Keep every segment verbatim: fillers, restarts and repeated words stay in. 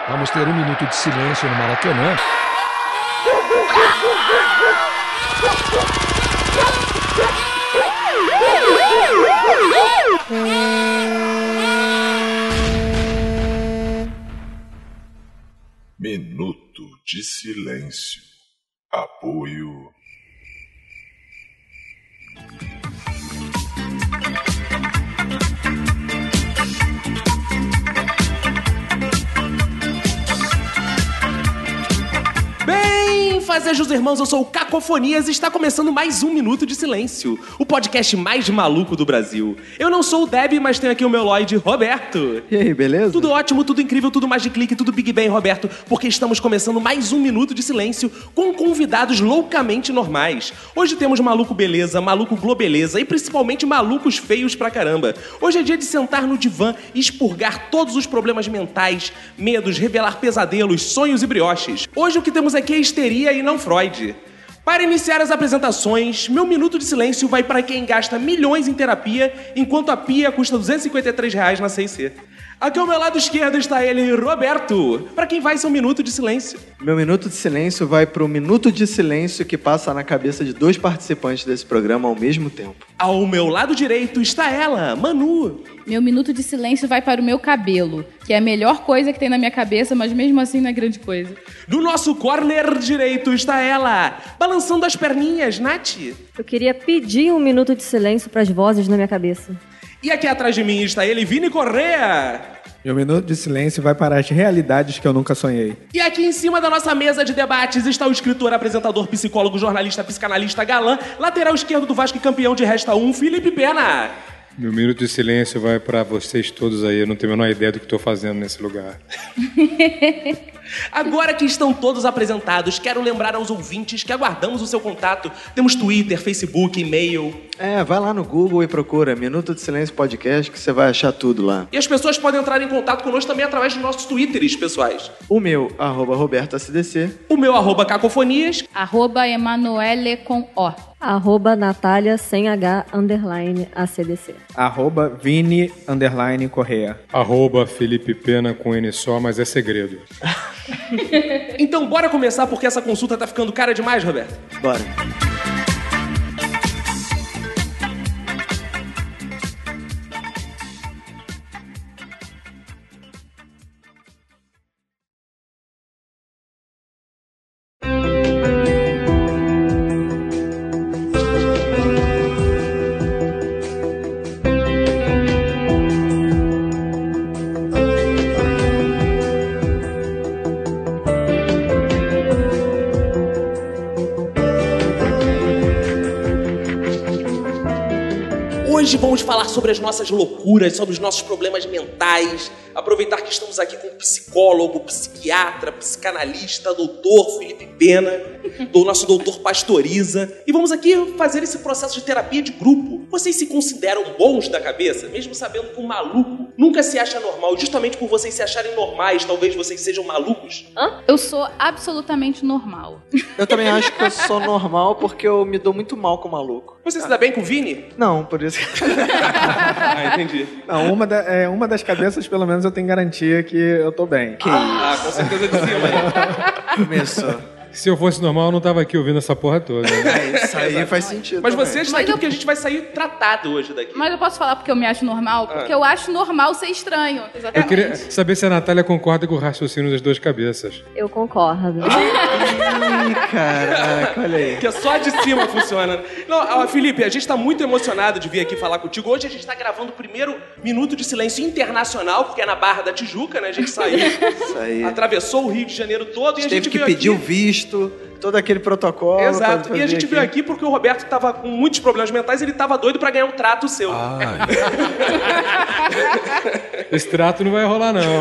Vamos ter um minuto de silêncio no Maracanã. Minuto de silêncio. Apoio. Bem, fazejos irmãos, eu sou o Cacofonias e está começando mais um Minuto de Silêncio, o podcast mais maluco do Brasil. Eu não sou o Deb, mas tenho aqui o meu Lloyd, Roberto. E aí, beleza? Tudo ótimo, tudo incrível, tudo mais de clique, tudo Big Bang, Roberto, porque estamos começando mais um Minuto de Silêncio com convidados loucamente normais. Hoje temos maluco beleza, maluco globeleza e principalmente malucos feios pra caramba. Hoje é dia de sentar no divã e expurgar todos os problemas mentais, medos, revelar pesadelos, sonhos e brioches. Hoje o que temos aqui é histeria e não Freud. Para iniciar as apresentações, meu minuto de silêncio vai para quem gasta milhões em terapia, enquanto a pia custa duzentos e cinquenta e três reais na C e C. Aqui ao meu lado esquerdo está ele, Roberto. Para quem vai ser um minuto de silêncio? Meu minuto de silêncio vai pro minuto de silêncio que passa na cabeça de dois participantes desse programa ao mesmo tempo. Ao meu lado direito está ela, Manu. Meu minuto de silêncio vai para o meu cabelo, que é a melhor coisa que tem na minha cabeça, mas mesmo assim não é grande coisa. Do nosso corner direito está ela, balançando as perninhas, Nath. Eu queria pedir um minuto de silêncio para as vozes na minha cabeça. E aqui atrás de mim está ele, Vini Correa. Meu minuto de silêncio vai para as realidades que eu nunca sonhei. E aqui em cima da nossa mesa de debates está o escritor, apresentador, psicólogo, jornalista, psicanalista, galã, lateral esquerdo do Vasco e campeão de Resta um, Felipe Pena. Meu minuto de silêncio vai para vocês todos aí. Eu não tenho a menor ideia do que estou fazendo nesse lugar. Agora que estão todos apresentados, quero lembrar aos ouvintes que aguardamos o seu contato. Temos Twitter, Facebook, e-mail. É, vai lá no Google e procura Minuto de Silêncio Podcast que você vai achar tudo lá. E as pessoas podem entrar em contato conosco também através dos nossos Twitters, pessoais. O meu, arroba Roberto A C D C. O meu, arroba Cacofonias. Arroba Emanuele com O. Arroba Natália sem H, underline A C D C. Arroba Vini, underline Correa. Arroba Felipe Pena com N só, mas é segredo. Então bora começar porque essa consulta tá ficando cara demais, Roberto. Bora. Hoje vamos falar sobre as nossas loucuras, sobre os nossos problemas mentais. Aproveitar que estamos aqui com um psicólogo, psiquiatra, psicanalista, doutor Felipe Pena, do nosso doutor Pastoriza. E vamos aqui fazer esse processo de terapia de grupo. Vocês se consideram bons da cabeça, mesmo sabendo que um maluco nunca se acha normal? Justamente por vocês se acharem normais, talvez vocês sejam malucos? Hã? Eu sou absolutamente normal. Eu também acho que eu sou normal porque eu me dou muito mal com o maluco. Você se dá bem com o Vini? Não, por isso que... Ah, entendi. Não, uma, da, é, uma das cabeças, pelo menos, eu tenho garantia que eu tô bem. Que Ah, com certeza de cima. Começou. Se eu fosse normal, eu não tava aqui ouvindo essa porra toda. Né? É, isso aí faz sentido. Mas também. você está Mas aqui eu- porque a gente vai sair tratado hoje daqui. Mas eu posso falar porque eu me acho normal? Porque eu acho normal ser estranho. Eu Exatamente. queria saber se a Natália concorda com o raciocínio das duas cabeças. Eu concordo. Ih, caraca, olha aí. Que é só de cima funciona. Não, ó, Felipe, a gente tá muito emocionado de vir aqui falar contigo. Hoje a gente tá gravando o primeiro Minuto de Silêncio Internacional, porque é na Barra da Tijuca, né? A gente saiu, Isso aí. atravessou o Rio de Janeiro todo e a Teve gente que veio pedir aqui... o visto, todo aquele protocolo. Exato. pra- E a pra gente vir veio aqui porque o Roberto tava com muitos problemas mentais e ele tava doido pra ganhar um trato seu. Ah, esse trato não vai rolar, não.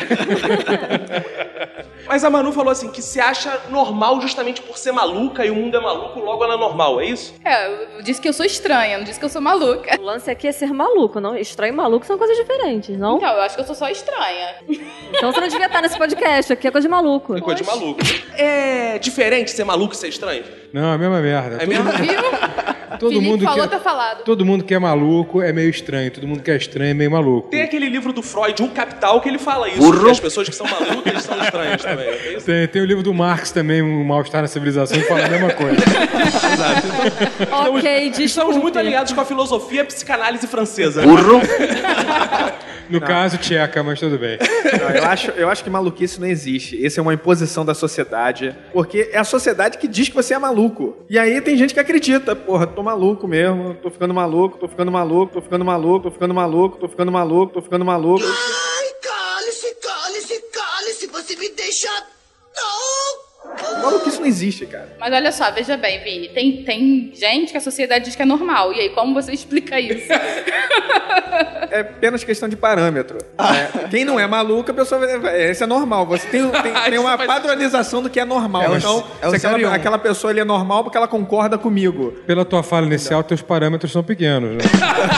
Mas a Manu falou assim, que se acha normal justamente por ser maluca e o mundo é maluco, logo ela é normal, é isso? É, eu disse que eu sou estranha, não disse que eu sou maluca. O lance aqui é ser maluco, não? Estranho e maluco são coisas diferentes, não? Então, eu acho que eu sou só estranha. Então você não devia estar nesse podcast, aqui é coisa de maluco. É coisa de maluco. É diferente ser maluco e ser estranho? Não, é a mesma merda. É mesmo? Viu? Todo Felipe mundo falou, que é, tá falado. todo mundo que é maluco é meio estranho. Todo mundo que é estranho é meio maluco. Tem aquele livro do Freud, O Capital, que ele fala isso. Burro. Que as pessoas que são malucas são estranhas também. É isso? Tem, tem o livro do Marx também, O Mal-Estar na Civilização, que fala a mesma coisa. Exato. Então, Ok, estamos desculpe. muito alinhados com a filosofia e a psicanálise francesa. Burro. No caso, tcheca, mas tudo bem. Não, eu, acho, eu acho que maluquice não existe. Essa é uma imposição da sociedade. Porque é a sociedade que diz que você é maluco. E aí tem gente que acredita. Porra, tô maluco mesmo, tô ficando maluco, tô ficando maluco, tô ficando maluco, tô ficando maluco, tô ficando maluco, tô ficando maluco. Ai, cale-se, cale-se, cale-se, você me deixa... Não! Maluquice não existe, cara. Mas olha só, veja bem, Vini. Tem, tem gente que a sociedade diz que é normal. E aí, como você explica isso? É apenas questão de parâmetro. É, quem não é maluco, a pessoa... vai- Isso é normal. Você tem, tem, tem uma padronização do que é normal. É o- então, é o se zero e aquela, um. aquela pessoa ali é normal porque ela concorda comigo. Pela tua fala inicial, teus parâmetros são pequenos, né?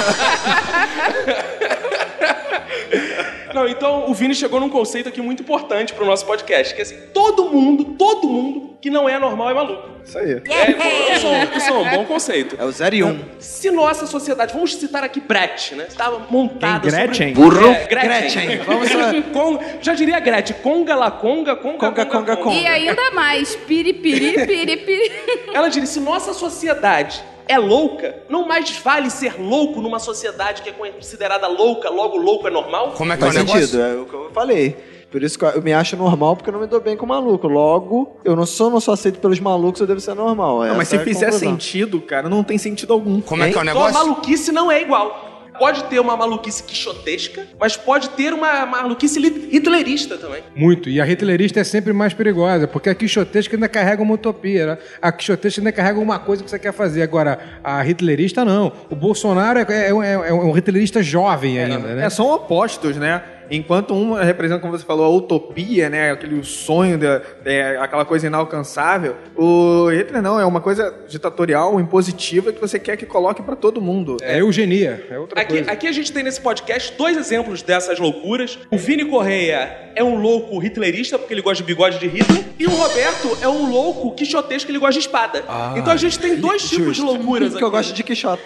Não, então o Vini chegou num conceito aqui muito importante pro nosso podcast, que é assim, todo mundo, todo mundo que não é normal é maluco. Isso aí. É, isso, é um- isso é um bom conceito. É o zero e um. Se nossa sociedade, vamos citar aqui Brecht, né? Estava montada Quem, Gretchen? sobre... Burro. É, Gretchen. Gretchen. Vamos lá. Com, já diria Gretchen, conga la conga, conga, Conga, conga, conga. E ainda mais, piripiri, piripiri. Ela diria, se nossa sociedade é louca, não mais vale ser louco numa sociedade que é considerada louca, logo louco é normal? Como é que é Faz o negócio? sentido, é o que eu falei. Por isso que eu me acho normal, porque eu não me dou bem com maluco. Logo, eu não sou, não sou aceito pelos malucos, eu devo ser normal. Não, mas Essa se é a fizer conclusão. sentido, cara, não tem sentido algum. Como é que é o Então a negócio? maluquice não é igual. Pode ter uma maluquice quixotesca, mas pode ter uma maluquice lit- hitlerista também. Muito. E a hitlerista é sempre mais perigosa, porque a quixotesca ainda carrega uma utopia, né? A quixotesca ainda carrega uma coisa que você quer fazer. Agora, a hitlerista não. O Bolsonaro é, é, é- é um hitlerista jovem ainda, né? É, são opostos, né? Enquanto um representa, como você falou, a utopia, né? Aquele sonho, da, é, aquela coisa inalcançável. O Hitler não, é uma coisa ditatorial, impositiva, que você quer que coloque pra todo mundo. É eugenia, é outra Aqui, coisa. aqui a gente tem nesse podcast dois exemplos dessas loucuras. O Vini Correia é um louco hitlerista, porque ele gosta de bigode de Hitler. E o Roberto é um louco quixotesco, que ele gosta de espada. então a gente tem dois tipos de loucuras Que aqui. eu gosto de Quixote.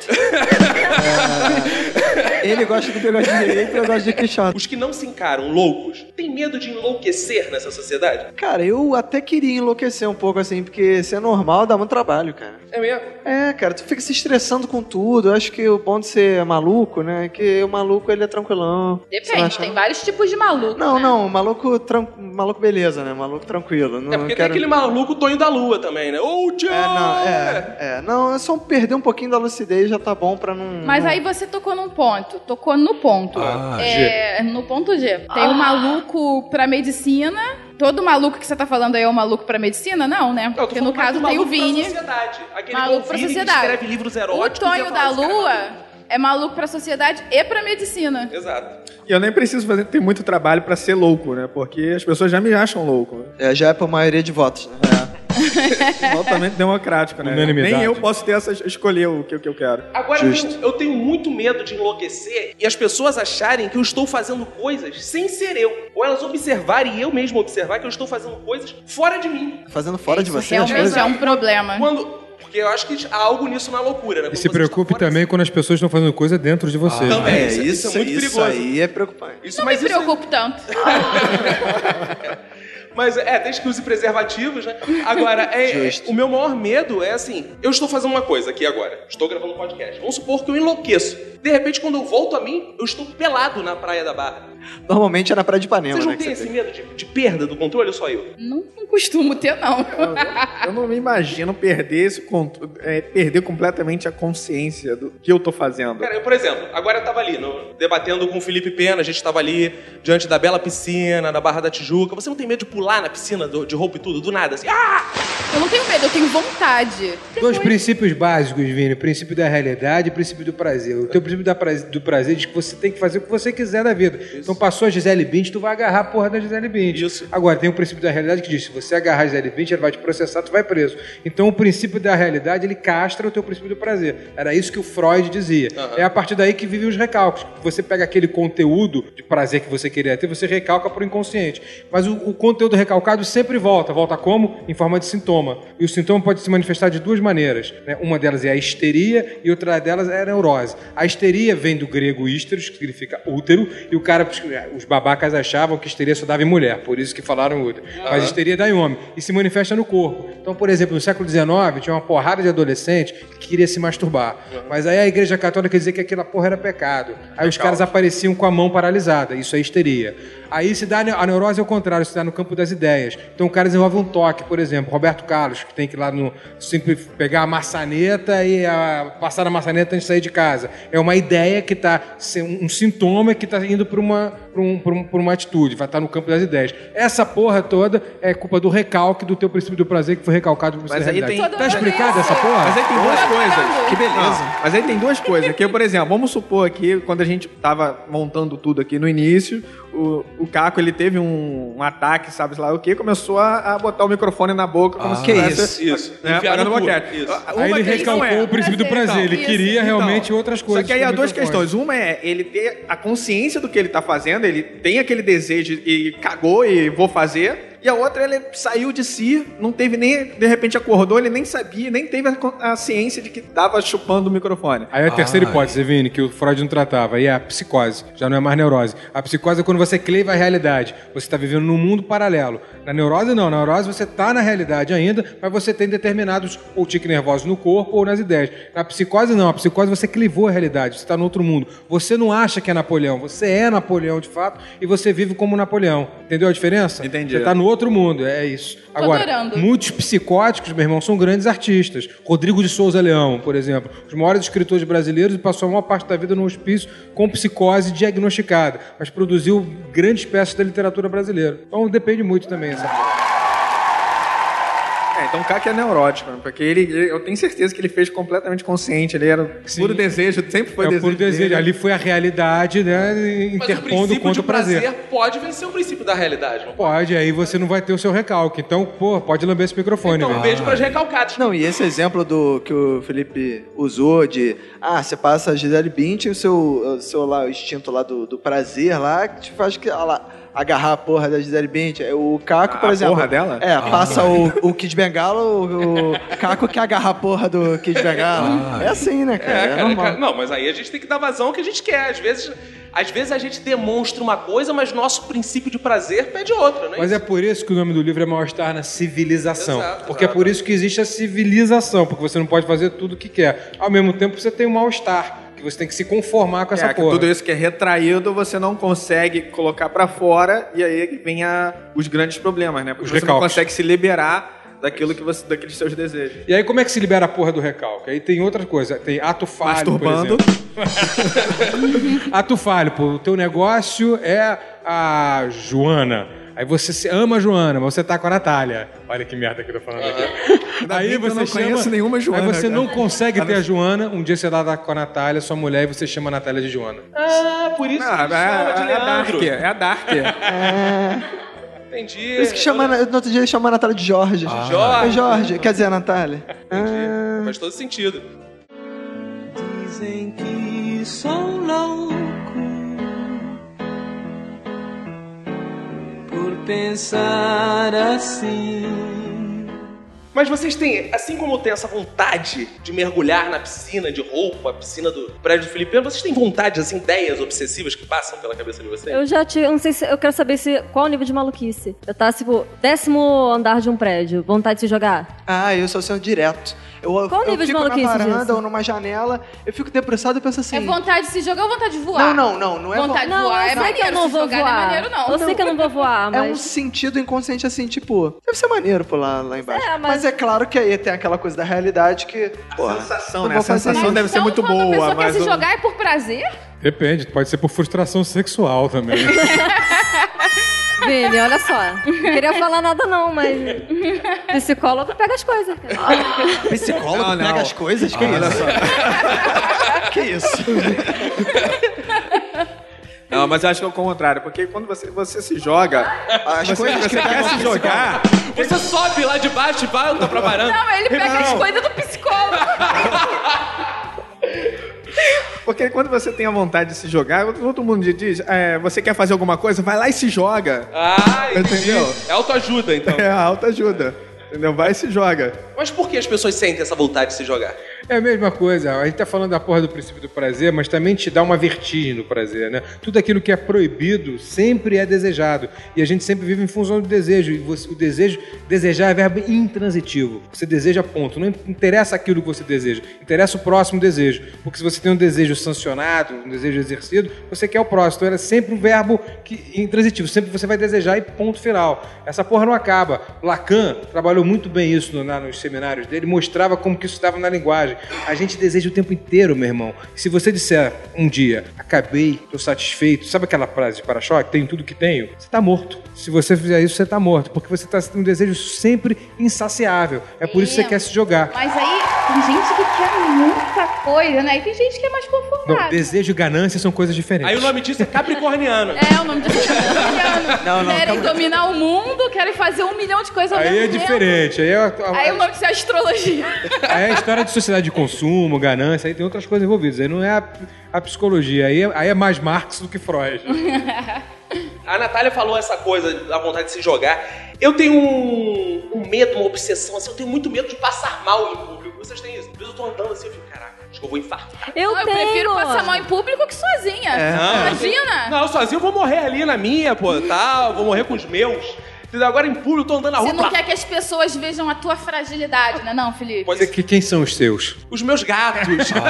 É, ele gosta do bigode direito, eu gosto de Quixote. Os que não se encaram loucos têm medo de enlouquecer nessa sociedade? Cara, eu até queria enlouquecer um pouco assim, porque ser normal dá muito trabalho, cara. É mesmo? É, cara, tu fica se estressando com tudo. Eu acho que o bom de ser maluco, né, é que o maluco ele é tranquilão. Você Depende, acha? tem vários tipos de maluco. Não, né? não, maluco, tran... maluco beleza, né? Maluco tranquilo. Não É porque quero... tem aquele maluco Tonho da Lua também, né? Ô, tchau! É, não, é, é. Não, é só perder um pouquinho da lucidez já tá bom pra não... Mas não... aí você tocou num ponto, tocou no ponto. Ah, é, no ponto G. Tem um maluco pra medicina. Todo maluco que você tá falando aí é um maluco pra medicina? Não, né? Não, eu tô Porque no falando mais caso do tem o maluco pra Vini. sociedade. Aquele Maluco pra Vini sociedade. que escreve livros O eróticos. e Tonho fala, da "Esse cara é Lua maluco." é maluco pra sociedade e pra medicina. Exato. E eu nem preciso fazer, ter muito trabalho pra ser louco, né? Porque as pessoas já me acham louco. É, já é por maioria de votos, né? Altamente democrático, né? Unanimidade. Nem eu posso ter essa, escolher o que, o que eu quero. Agora, eu Justo. tenho, eu tenho muito medo de enlouquecer e as pessoas acharem que eu estou fazendo coisas sem ser eu. Ou elas observarem e eu mesmo observar que eu estou fazendo coisas fora de mim. Fazendo fora de Isso você as realmente coisas. é um problema. Quando... Porque eu acho que há algo nisso na loucura, né? E Quando se você preocupe está fora também quando as pessoas estão fazendo coisa dentro de você. Também. É, Isso- isso, isso é muito isso perigoso. aí é preocupante. Isso, Não mas me isso é- preocupo tanto. Mas é, desde que use preservativos, né? Agora, é, é, Justo. o meu maior medo é assim: eu estou fazendo uma coisa aqui agora, estou gravando um podcast. Vamos supor que eu enlouqueço. De repente, quando eu volto a mim, eu estou pelado na Praia da Barra. Normalmente é na Praia de Ipanema, Vocês não né? que têm você esse tem. medo de, de perda do controle ou só eu? Não, não costumo ter, não. Eu não me imagino perder, esse, contro- é, perder completamente a consciência do que eu tô fazendo. Cara, eu, por exemplo, agora eu tava ali, no- debatendo com o Felipe Pena, a gente tava ali diante da bela piscina, na Barra da Tijuca. Você não tem medo de pular na piscina do- de roupa e tudo, do nada, assim? Ah! Eu não tenho medo, eu tenho vontade. Dois princípios básicos, Vini. O princípio da realidade e o princípio do prazer. O teu princípio da prazer- do prazer diz que você tem que fazer o que você quiser da vida. Então passou a Gisele Bündchen, tu vai agarrar a porra da Gisele Bündchen. Isso. Agora, tem o princípio da realidade que diz, se você agarrar a Gisele Bündchen, ela vai te processar, tu vai preso. Então o princípio da realidade, ele castra o teu princípio do prazer. Era isso que o Freud dizia. Uhum. É a partir daí que vivem os recalques. Você pega aquele conteúdo de prazer que você queria ter, você recalca pro inconsciente. Mas o, o conteúdo recalcado sempre volta. Volta como? Em forma de sintoma. E o sintoma pode se manifestar de duas maneiras, né? Uma delas é a histeria e outra delas é a neurose. A histeria vem do grego histeros, que significa útero, e o cara, os babacas achavam que histeria só dava em mulher, por isso que falaram útero. Uhum. Mas histeria dá em homem e se manifesta no corpo. Então, por exemplo, no século dezenove, tinha uma porrada de adolescente que queria se masturbar. Uhum. Mas aí a igreja católica dizia que aquela porra era pecado. Aí é os caras apareciam com a mão paralisada. Isso é histeria. Aí se dá a neurose ao contrário, se dá no campo das ideias. Então o cara desenvolve um toque, por exemplo, Roberto Carlos, que tem que ir lá no sempre pegar a maçaneta e a, passar a maçaneta antes de sair de casa. É uma ideia que está, um sintoma que está indo para uma, um, um, uma atitude, vai estar no campo das ideias. Essa porra toda é culpa do recalque do teu princípio do prazer que foi recalcado por você. Mas aí tem... Tá explicado essa porra? Mas aí tem duas coisas. Que beleza. Não, mas aí tem duas coisas. Que, por exemplo, vamos supor aqui, quando a gente tava montando tudo aqui no início, o, o Caco, ele teve um, um ataque, sabe lá o quê? Começou a, a botar o microfone na boca. Como ah, se que isso, isso. Né, pagando boquete. Isso. Aí ele recalcou é. o princípio do prazer. Ele isso. queria realmente então, outras coisas. Só que aí há duas questões. Uma é ele ter a consciência do que ele tá fazendo, ele tem aquele desejo e cagou e vou fazer. E a outra, ele saiu de si, não teve nem, de repente acordou, ele nem sabia, nem teve a, a ciência de que tava chupando o microfone. Aí a terceira ah, hipótese, Vini, que o Freud não tratava, aí é a psicose, já não é mais neurose. A psicose é quando você cliva a realidade, você está vivendo num mundo paralelo. Na neurose não, na neurose você está na realidade ainda, mas você tem determinados ou tiques nervosos no corpo ou nas ideias. Na psicose não, a psicose você clivou a realidade, você está no outro mundo. Você não acha que é Napoleão, você é Napoleão de fato e você vive como Napoleão. Entendeu a diferença? Entendi. Você está no outro mundo, é isso. Tô Agora, adorando. muitos psicóticos, meu irmão, são grandes artistas. Rodrigo de Souza Leão, por exemplo, os maiores escritores brasileiros, e passou a maior parte da vida no hospício com psicose diagnosticada, mas produziu grandes peças da literatura brasileira. Então depende muito também essa parte. É, então o Caco é neurótico, né? Porque ele, ele, eu tenho certeza que ele fez completamente consciente, ele era Sim. puro desejo, sempre foi é desejo. Puro desejo. Dele. Ali foi a realidade, né? Interpondo contra o prazer. prazer pode vencer o princípio da realidade, não pode? Aí você não vai ter o seu recalque. Então, pô, pode lamber esse microfone. Então, um beijo para os recalcados. Não, e esse exemplo do que o Felipe usou de, ah, você passa a Gisele Bündchen, o seu, o seu lá, o instinto lá do, do prazer lá, que te faz que, ah, lá, agarrar a porra da Gisele Bündchen. O Caco, por a exemplo... A porra dela? É, passa ah. o, o Kid Bengala, o, o Caco que agarra a porra do Kid Bengala. Ah. É assim, né, cara? É, é cara, normal. Cara, não, mas aí a gente tem que dar vazão ao que a gente quer. Às vezes, às vezes a gente demonstra uma coisa, mas nosso princípio de prazer pede outra, né? Mas é por isso que o nome do livro é Mal-Estar na Civilização. Exato, porque exato. é por isso que existe a civilização, porque você não pode fazer tudo o que quer. Ao mesmo tempo, você tem um mal-estar. Que você tem que se conformar com essa é, porra. Que tudo isso que é retraído, você não consegue colocar pra fora, e aí vem a, os grandes problemas, né? Porque os você recalques. não consegue se liberar daquilo que você, daqueles seus desejos. E aí como é que se libera a porra do recalque? Aí tem outra coisa, tem ato falho, Masturbando. por exemplo. Ato falho, pô, o teu negócio é a Joana. Aí você se ama a Joana, mas você tá com a Natália. Olha que merda que eu tô falando aqui. Aí você eu não chama, conheço nenhuma Joana. Aí você cara. não consegue tá ter no... a Joana, um dia você tá com a Natália, sua mulher, e você chama a Natália de Joana. Ah, por isso ah, que é, chama de Leandro. É a Dark. É a Dark. É... Entendi. Por isso que chama, no outro dia ele chamou a Natália de Jorge. Ah. Jorge. É Jorge, quer dizer, a Natália. Entendi. Ah. Faz todo sentido. Dizem que sou louco por pensar assim. Mas vocês têm, assim como tem essa vontade de mergulhar na piscina de roupa, a piscina do prédio do Felipe, vocês têm vontade, assim, ideias obsessivas que passam pela cabeça de vocês? Eu já tive, eu não sei se, eu quero saber se, qual o nível de maluquice. Eu tava, tipo, décimo andar de um prédio, vontade de se jogar? Ah, eu sou sendo direto. Eu, qual o nível eu de fico maluquice na varanda disso? ou numa janela, eu fico depressado e penso assim... É vontade de se jogar ou vontade de voar? Não, não, não, não é vontade vo... de voar. Não, É eu sei que eu maneiro, não se vou jogar voar. não é maneiro, não. Eu sei que eu não vou voar, mas... É um sentido inconsciente assim, tipo... Deve ser maneiro pular lá embaixo. É, mas... mas é claro que aí tem aquela coisa da realidade que... A sensação, não né? vou A sensação fazer isso. deve ser Então, muito quando a boa, pessoa mas... quer se o- jogar é por prazer? Depende, pode ser por frustração sexual também. Vini, olha só. Não queria falar nada não, mas... Psicólogo pega as coisas. cara. Psicólogo Não, não. pega as coisas? Que Ah, olha isso? só. Que isso? Não, mas eu acho que é o contrário, porque quando você, você se joga, As você, coisas você que quer se jogar, Você sobe lá de baixo e volta pra varanda. Não, ele pega Não. as coisas do psicólogo. porque quando você tem a vontade de se jogar, todo mundo diz, é, você quer fazer alguma coisa, vai lá e se joga. Ah, entendi. Entendeu? É autoajuda, então. É a autoajuda, entendeu? Vai e se joga. Mas por que as pessoas sentem essa vontade de se jogar? É a mesma coisa, a gente tá falando da porra do princípio do prazer, mas também te dá uma vertigem no prazer, né? Tudo aquilo que é proibido sempre é desejado. E a gente sempre vive em função do desejo. E você, o desejo, desejar é verbo intransitivo. Você deseja, ponto. Não interessa aquilo que você deseja, interessa o próximo desejo. Porque se você tem um desejo sancionado, um desejo exercido, você quer o próximo. Então era sempre um verbo que, intransitivo. Sempre você vai desejar e ponto final. Essa porra não acaba. Lacan trabalhou muito bem isso no, na, nos seminários dele, mostrava como que isso estava na linguagem. A gente deseja o tempo inteiro, meu irmão. Se você disser um dia, acabei, tô satisfeito, sabe aquela frase de para-choque, tenho tudo que tenho? Você tá morto. Se você fizer isso, você tá morto, porque você tá tendo um desejo sempre insaciável. É por isso que você quer se jogar. Mas aí tem gente que quer muita coisa, né? E tem gente que é mais conformada. Não, desejo e ganância são coisas diferentes. Aí o nome disso é capricorniano. É, o nome disso é capricorniano. Não, não, Querem calma. dominar o mundo, querem fazer um milhão de coisas ao Aí mesmo é tempo. diferente. Aí é, a, a, Aí o nome disso é astrologia. aí é a história de sociedade de consumo, ganância, aí tem outras coisas envolvidas. Aí não é a, a psicologia, aí é, aí é mais Marx do que Freud. A Natália falou essa coisa da vontade de se jogar. Eu tenho um, um medo, uma obsessão, assim, eu tenho muito medo de passar mal em público. Vocês têm isso? Às vezes eu tô andando assim, eu fico, caraca, acho que eu vou infartar. Eu Não, eu tenho. prefiro passar mal em público que sozinha. Imagina. Não, sozinho eu vou morrer ali na minha, pô, tal, vou morrer com os meus. Entendeu? Agora em público eu tô andando na rua. Você não pá, quer que as pessoas vejam a tua fragilidade, né não, Felipe? Pode ser Que, quem são os seus? os meus gatos.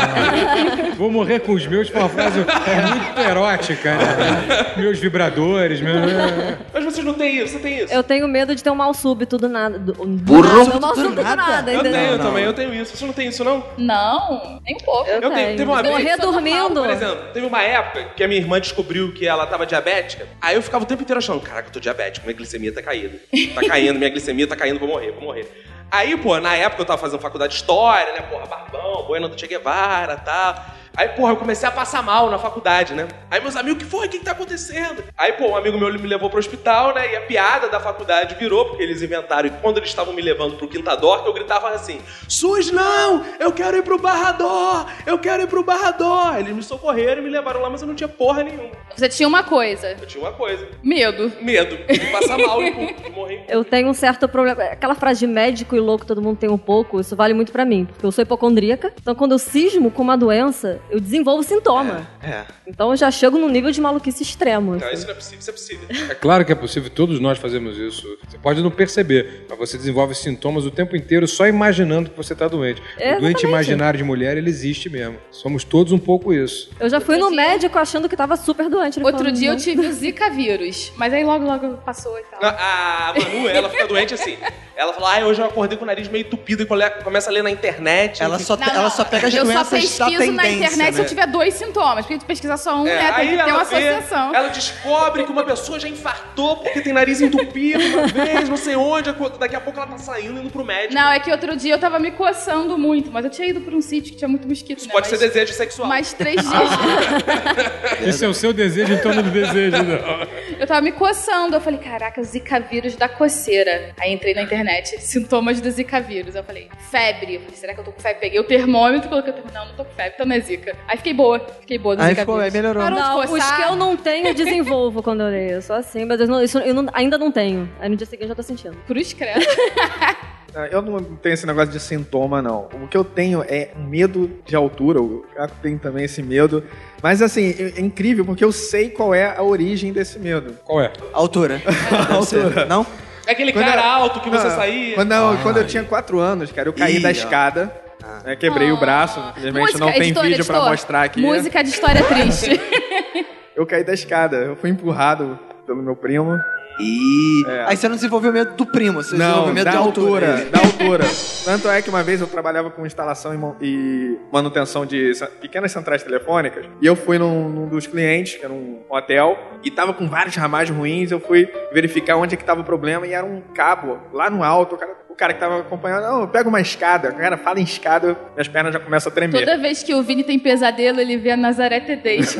Vou morrer com os meus, foi uma frase muito erótica, né? Meus vibradores, meus... Mas vocês não têm isso, você tem isso? Eu tenho medo de ter um mal súbito do nada. Do, do Burro? nada, um mal Do súbito do nada? nada, Eu entendeu? tenho não. também, eu tenho isso. Vocês não têm isso, não? Não, nem um pouco. Eu Eu tenho. tenho. Teve uma vez- Morrer dormindo. Por exemplo, teve uma época que a minha irmã descobriu que ela tava diabética. Aí eu ficava o tempo inteiro achando, caraca, eu tô diabético, minha glicemia tá caindo. Tá caindo, minha glicemia tá caindo, vou morrer, vou morrer. Aí, pô, na época eu tava fazendo faculdade de História, né, porra, barbão, boina do Che Guevara e tal. Aí, porra, eu comecei a passar mal na faculdade, né? Aí meus amigos, o que foi? O que que tá acontecendo? Aí, pô, um amigo meu me levou pro hospital, né? E a piada da faculdade virou, porque eles inventaram, e quando eles estavam me levando pro Quintador, que eu gritava assim, SUS não! Eu quero ir pro Barrador! Eu quero ir pro Barrador! Eles me socorreram e me levaram lá, mas eu não tinha porra nenhuma. Você tinha uma coisa. Eu tinha uma coisa, Medo. medo de passar mal e de morrer. Eu tenho um certo problema. Aquela frase de médico e louco, todo mundo tem um pouco, isso vale muito pra mim. Porque eu sou hipocondríaca. Então, quando eu cismo com uma doença, eu desenvolvo sintoma. É. Então, eu já chego num nível de maluquice extremo. Então, assim. isso não é possível, isso é possível. É claro que é possível, todos nós fazemos isso. Você pode não perceber, mas você desenvolve sintomas o tempo inteiro só imaginando que você está doente. É, o doente exatamente. imaginário de mulher, ele existe mesmo. Somos todos um pouco isso. Eu já fui Outro no dia- médico achando que tava super doente. Ele Outro falou, dia eu "Não." tive o Zika vírus, mas aí logo, logo passou e tal. A, a Manu, ela fica doente assim. Ela fala, ai, hoje eu acordei com o nariz meio tupido e cole- começa a ler na internet. Ela só, Não, ela não. só pega as eu só doenças da pesquiso tendência, na internet se né? eu tiver dois sintomas. Porque tu pesquisar só um, É, né? Tem aí que ter ela uma vê, associação. ela descobre que uma pessoa já infartou porque tem nariz entupido uma vez, não sei onde, daqui a pouco ela tá saindo, indo pro médico. Não, é que outro dia eu tava me coçando muito, mas eu tinha ido pra um sítio que tinha muito mosquito, Isso né? pode mas, ser desejo sexual. mais três dias. Esse é o seu desejo em torno do desejo. Não. Eu tava me coçando. Eu falei, caraca, Zika vírus da coceira. Aí entrei na internet, sintomas do Zika vírus. Eu falei, febre. Eu falei, será que eu tô com febre? Peguei o termômetro, coloquei o termômetro. Não, não tô com febre, então não é Zika. Aí fiquei boa. Fiquei boa do Aí Zika ficou, vírus. aí melhorou. Parou Não, de os coçar. que eu não tenho, eu desenvolvo quando eu leio. Só assim, mas eu, não- isso eu não- ainda não tenho. Aí no dia seguinte eu já tô sentindo. Cruz credo. Eu não tenho esse negócio de sintoma, não. O que eu tenho é medo de altura. O Caco tem também esse medo. Mas, assim, é incrível, porque eu sei qual é a origem desse medo. Qual é? Altura. Altura. Não? É aquele Quando cara eu- alto que você Não, saía. Quando, não, quando eu tinha quatro anos, cara, eu caí Ih, da ó. escada. né, quebrei o braço. Infelizmente não tem editor, vídeo pra editor. mostrar aqui. Música de história triste. Eu caí da escada. Eu fui empurrado pelo meu primo. Ih. É. Aí você não desenvolveu medo do primo, você Não, desenvolveu medo da de altura. altura, da altura. Tanto é que uma vez eu trabalhava com instalação e mon- e manutenção de ce- pequenas centrais telefônicas, e eu fui num, num dos clientes, que era um hotel, e tava com vários ramais ruins. Eu fui verificar onde é que tava o problema, e era um cabo lá no alto. O cara cara que tava acompanhando, não, eu pego uma escada. O cara fala em escada, minhas pernas já começam a tremer. Toda vez que o Vini tem pesadelo, ele vê a Nazaré Tedesco.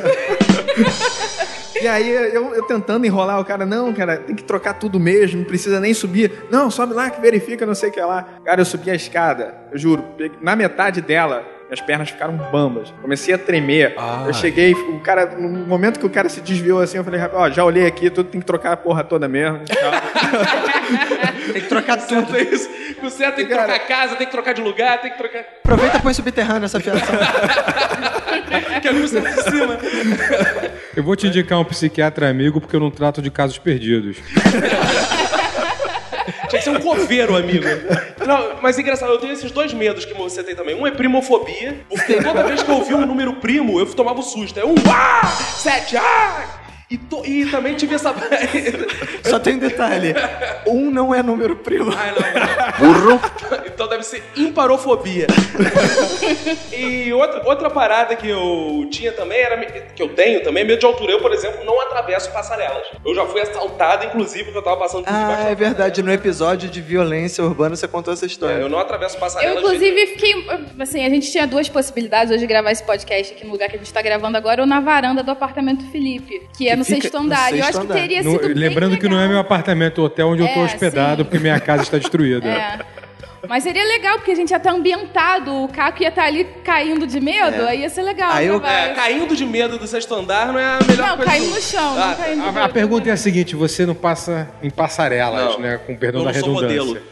E aí, eu, eu tentando enrolar o cara, não, cara, tem que trocar tudo mesmo, não precisa nem subir. Não, sobe lá que verifica, não sei o que lá. Cara, eu subi a escada, eu juro, na metade dela, minhas pernas ficaram bambas. Comecei a tremer. Ai. Eu cheguei, o cara, no momento que o cara se desviou assim, eu falei, ó, já olhei aqui, tudo tem que trocar a porra toda mesmo. Tem que trocar tudo. É isso. O certo tem que Cara, trocar casa, tem que trocar de lugar, tem que trocar... Aproveita e põe subterrâneo essa fiação. que é o de cima. Eu vou te indicar um psiquiatra amigo porque eu não trato de casos perdidos. Tinha que ser um coveiro, amigo. Não, mas é engraçado, eu tenho esses dois medos que você tem também. Um é primofobia, porque toda vez que eu ouvia um número primo, eu tomava o susto. É um ah, sete, ah! E, to, e também tive essa... Só tem um detalhe. Um não é número primo. Ai, não. Burro. Então deve ser imparofobia. E outra, outra parada que eu tinha também, era que eu tenho também, medo de altura. Eu, por exemplo, não atravesso passarelas. Eu já fui assaltado, inclusive, porque eu tava passando por debaixo. Ah, é verdade. No episódio de violência urbana você contou essa história. É, eu não atravesso passarelas. Eu, inclusive, fiquei... Assim, a gente tinha duas possibilidades hoje de gravar esse podcast aqui no lugar que a gente tá gravando agora ou na varanda do apartamento Felipe, que é no fica sexto andar. no E eu sexto acho que andar. teria No- sido bem lembrando que não é legal. meu apartamento, o hotel onde eu tô É, hospedado, sim. porque minha casa está destruída. É. Mas seria legal, porque a gente ia estar ambientado, o Caco ia estar ali caindo de medo, É. aí ia ser legal. Aí eu- gravar É, isso. caindo de medo do sexto andar não é a melhor Não, coisa. caindo do- no chão, Ah, não caindo de A, a pergunta é a seguinte, você não passa em passarelas, Não. né? Com perdão Eu da não sou redundância. modelo.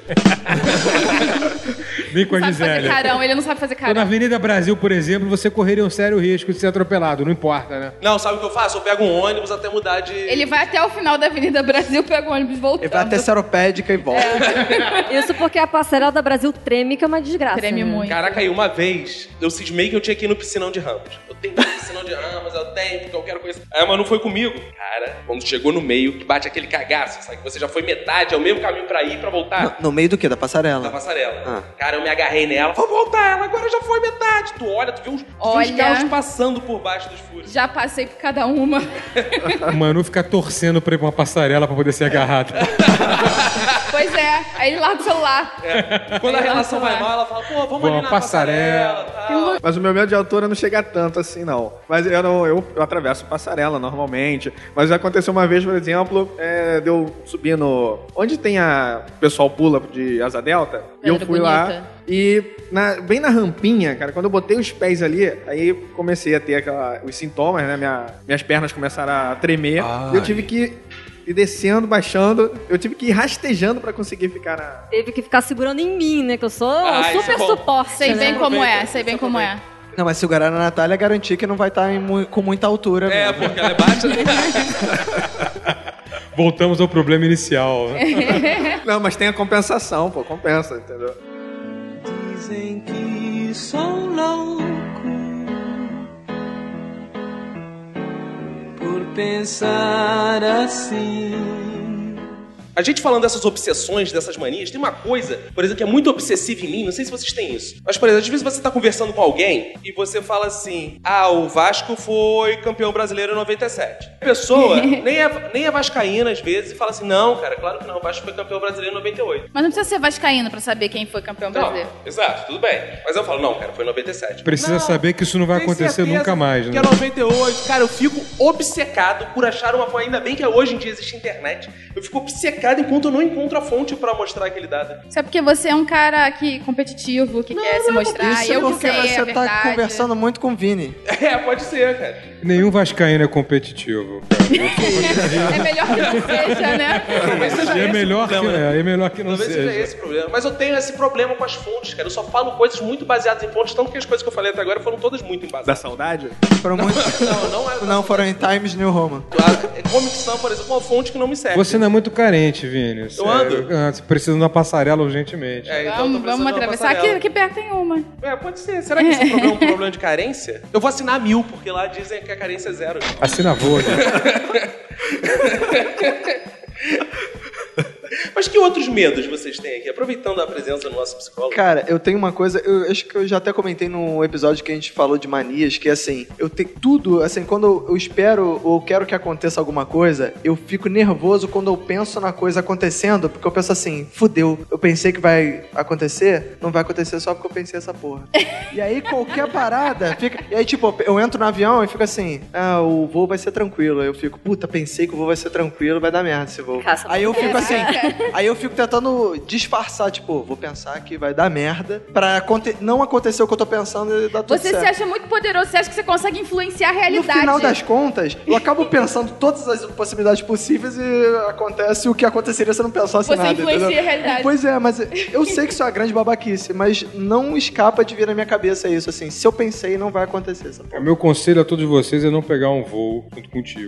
Nem com a Não sabe fazer Gisele. carão, ele não sabe fazer Então, na carão. Avenida Brasil, por exemplo, você correria um sério risco de ser atropelado, não importa, né? Não, sabe o que eu faço? Eu pego um ônibus até mudar de... Ele vai até o final da Avenida Brasil, pega o ônibus voltando. Ele vai até seropédica e volta. Isso porque a passarela da Brasil treme, que é uma desgraça. Treme né? muito. Caraca, aí uma vez eu cismei que eu tinha que ir no piscinão de Ramos. Eu tenho que ir no piscinão de Ramos, eu tenho, porque eu quero conhecer. Aí a Manu foi comigo. Cara, quando chegou no meio, que bate aquele cagaço, sabe? Que você já foi metade, é o mesmo caminho pra ir e pra voltar. No meio do quê? Da Da passarela? passarela. Ah. Cara, eu me agarrei nela. Vou voltar, ela agora já foi metade. Tu olha, tu vê os, tu vê os Olha. carros passando por baixo dos furos. Já passei por cada uma. O Manu fica torcendo pra ir pra uma passarela pra poder ser agarrado. Pois é, aí ele larga o celular. Quando a Aí relação lança vai lá. mal, ela fala, pô, vamos Pô, ali na passarela. passarela. Tal. Mas o meu medo de altura não chega tanto assim, não. Mas eu, não, eu, eu atravesso passarela normalmente. Mas já aconteceu uma vez, por exemplo, é, de eu subir no... Onde tem a... O pessoal pula de asa delta. E eu Pedra fui Bonita. lá e na- bem na rampinha, cara, quando eu botei os pés ali, aí comecei a ter aquela, os sintomas, né? Minha, minhas pernas começaram a tremer. Ai. E eu tive que ir descendo, baixando. Eu tive que ir rastejando pra conseguir ficar na... Teve que ficar segurando em mim, né? Que eu sou Ah, isso super é bom. suporte, Sei né? bem como é, aproveita, sei bem isso como é. aproveita. Não, mas segurar na Natália é garantir que não vai estar em mu- com muita altura. É, mesmo. porque ela é baixa. Voltamos ao problema inicial. né? Não, mas tem a compensação, pô, compensa, entendeu? Dizem que sou louco por pensar assim. A gente falando dessas obsessões, dessas manias, tem uma coisa, por exemplo, que é muito obsessiva em mim, não sei se vocês têm isso. Mas, por exemplo, às vezes você tá conversando com alguém e você fala assim, ah, o Vasco foi campeão brasileiro em noventa e sete. A pessoa nem é, nem é vascaína, às vezes, e fala assim, não, cara, claro que não, o Vasco foi campeão brasileiro em noventa e oito. Mas não precisa ser vascaíno pra saber quem foi campeão Não, brasileiro. exato, tudo bem. Mas eu falo, não, cara, foi em noventa e sete. Precisa Não, saber que isso não vai tem acontecer certeza nunca mais, Que né? é noventa e oito. Cara, eu fico obcecado por achar uma fonte. Ainda bem que hoje em dia existe internet. Eu fico obcecado enquanto eu não encontro a fonte pra mostrar aquele dado. Isso é porque você é um cara que, competitivo, que quer se mostrar. Isso eu é porque que sei você a tá verdade. conversando muito com o Vini. É, pode ser, cara. Nenhum vascaíno é competitivo. cara. É melhor que não seja, né? Talvez seja E é esse melhor o que, problema, né? é, é melhor que não Talvez seja seja. esse o problema. Mas eu tenho esse problema com as fontes, cara. Eu só falo coisas muito baseadas em fontes, tanto que as coisas que eu falei até agora foram todas muito Da embasadas. saudade? Foram muito... Não, não é. Não, foram em Times New Roman. A Comic Sans, por exemplo, é uma fonte que não me serve. Você não é muito carente, Vini. Você, Eu ando. ah, Você precisa de uma passarela urgentemente. É, então eu tô Vamos, precisando vamos de uma atravessar. Aqui, passarela. aqui perto tem uma. É, pode ser. Será que esse é um problema, um problema de carência? Eu vou assinar mil, porque lá dizem que a carência é zero. Assina a Vogue. Mas Mas que outros medos vocês têm aqui? Aproveitando a presença do nosso psicólogo. Cara, eu tenho uma coisa, eu acho que eu já até comentei no episódio que a gente falou de manias, que assim, eu tenho tudo, assim, quando eu espero ou quero que aconteça alguma coisa, eu fico nervoso quando eu penso na coisa acontecendo, porque eu penso assim, fudeu, eu pensei que vai acontecer, não vai acontecer só porque eu pensei essa porra. E aí qualquer parada, fica, e aí tipo, eu entro no avião e fico assim, ah, o voo vai ser tranquilo, aí eu fico, puta, pensei que o voo vai ser tranquilo, vai dar merda esse voo. Caça Aí eu fico assim, aí eu fico tentando disfarçar, tipo, vou pensar que vai dar merda, pra aconte- não acontecer o que eu tô pensando e dar tudo Você certo. se acha muito poderoso, você acha que você consegue influenciar a No realidade. final das contas, eu acabo pensando todas as possibilidades possíveis e acontece o que aconteceria se eu não pensasse Você nada, influencia entendeu? a realidade. Pois é, mas eu sei que isso é uma grande babaquice, mas não escapa de vir na minha cabeça isso, assim, se eu pensei, não vai acontecer essa porra. O meu conselho a todos vocês é não pegar um voo junto contigo.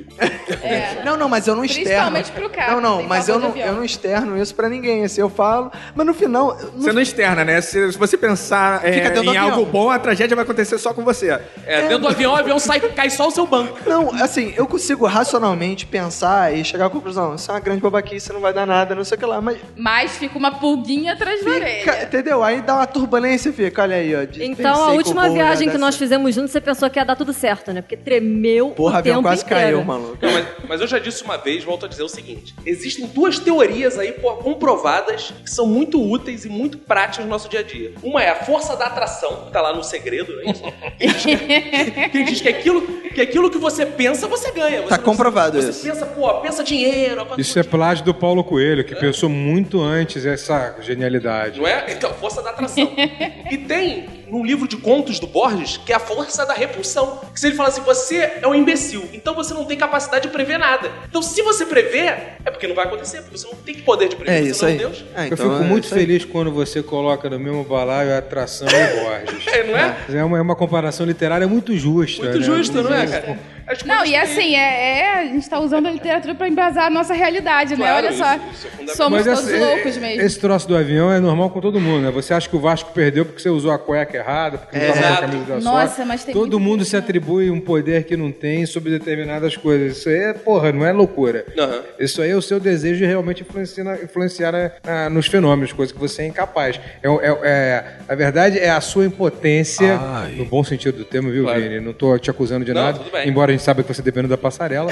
É. Não, não, mas eu não externo. Principalmente pro cara. Não, não, tem mas eu pavor não, de avião. eu não externo isso pra ninguém, assim, eu falo, mas no final... no Você não externa, né? Se, se você pensar é, Fica dentro do em avião. algo bom, a tragédia vai acontecer só com você. É, dentro do avião, o avião sai, cai só o seu banco. Não, assim, eu consigo racionalmente pensar e chegar à conclusão, isso é uma grande babaquice, não vai dar nada, não sei o que lá, mas Mas fica uma pulguinha atrás da fica, orelha. entendeu? Aí dá uma turbulência e fica, olha aí, ó. de- Então, pensei a que última o voo ia viagem dar que nós certo. fizemos juntos, você pensou que ia dar tudo certo, né? Porque tremeu Porra, o avião tempo quase inteiro. caiu, maluco. Não, mas, mas eu já disse uma vez, volto a dizer o seguinte. Existem duas teorias aí pô, comprovadas que são muito úteis e muito práticas no nosso dia a dia. Uma é a força da atração, que tá lá no segredo, não é isso? Quem diz que, quem diz que aquilo, que aquilo que você pensa, você ganha. Você Tá não- comprovado você isso. pensa, pô, pensa dinheiro. Isso é plágio do Paulo Coelho, que pensou muito antes essa genialidade. Não é? Então, força da atração. E tem, num livro de contos do Borges, que é a força da repulsão. Que se ele fala assim, você é um imbecil, então você não tem capacidade de prever nada. Então, se você prever, é porque não vai acontecer, porque você não tem poder de prever. É você isso não aí. é um Deus. É, Eu então, fico é muito isso aí. feliz quando você coloca no mesmo balaio a atração e Borges. É, não é? É uma, é uma comparação literária muito justa. Muito né? justo, não é, cara? As Não, coisas e têm- assim, é, é, a gente tá usando a literatura pra embasar a nossa realidade, Claro, né? Olha só, isso- isso é fundamental. somos Mas todos esse, loucos mesmo. esse troço do avião é normal com todo mundo, né? Você acha que o Vasco perdeu porque você usou a cueca errada, porque não tava na Exato. camisa da Nossa, sorte. mas tem Todo muito mundo disso, se né? atribui um poder que não tem sobre determinadas coisas. Isso aí é, porra, não é loucura. Aham. Isso aí é o seu desejo de realmente influenciar, na- influenciar na- na- nos fenômenos, coisa que você é incapaz. É, é, é- a verdade é a sua impotência, Ai. no bom sentido do termo, viu, Claro. Vini? Não tô te acusando de Não, nada, tudo bem. embora a gente saiba que você depende da passarela.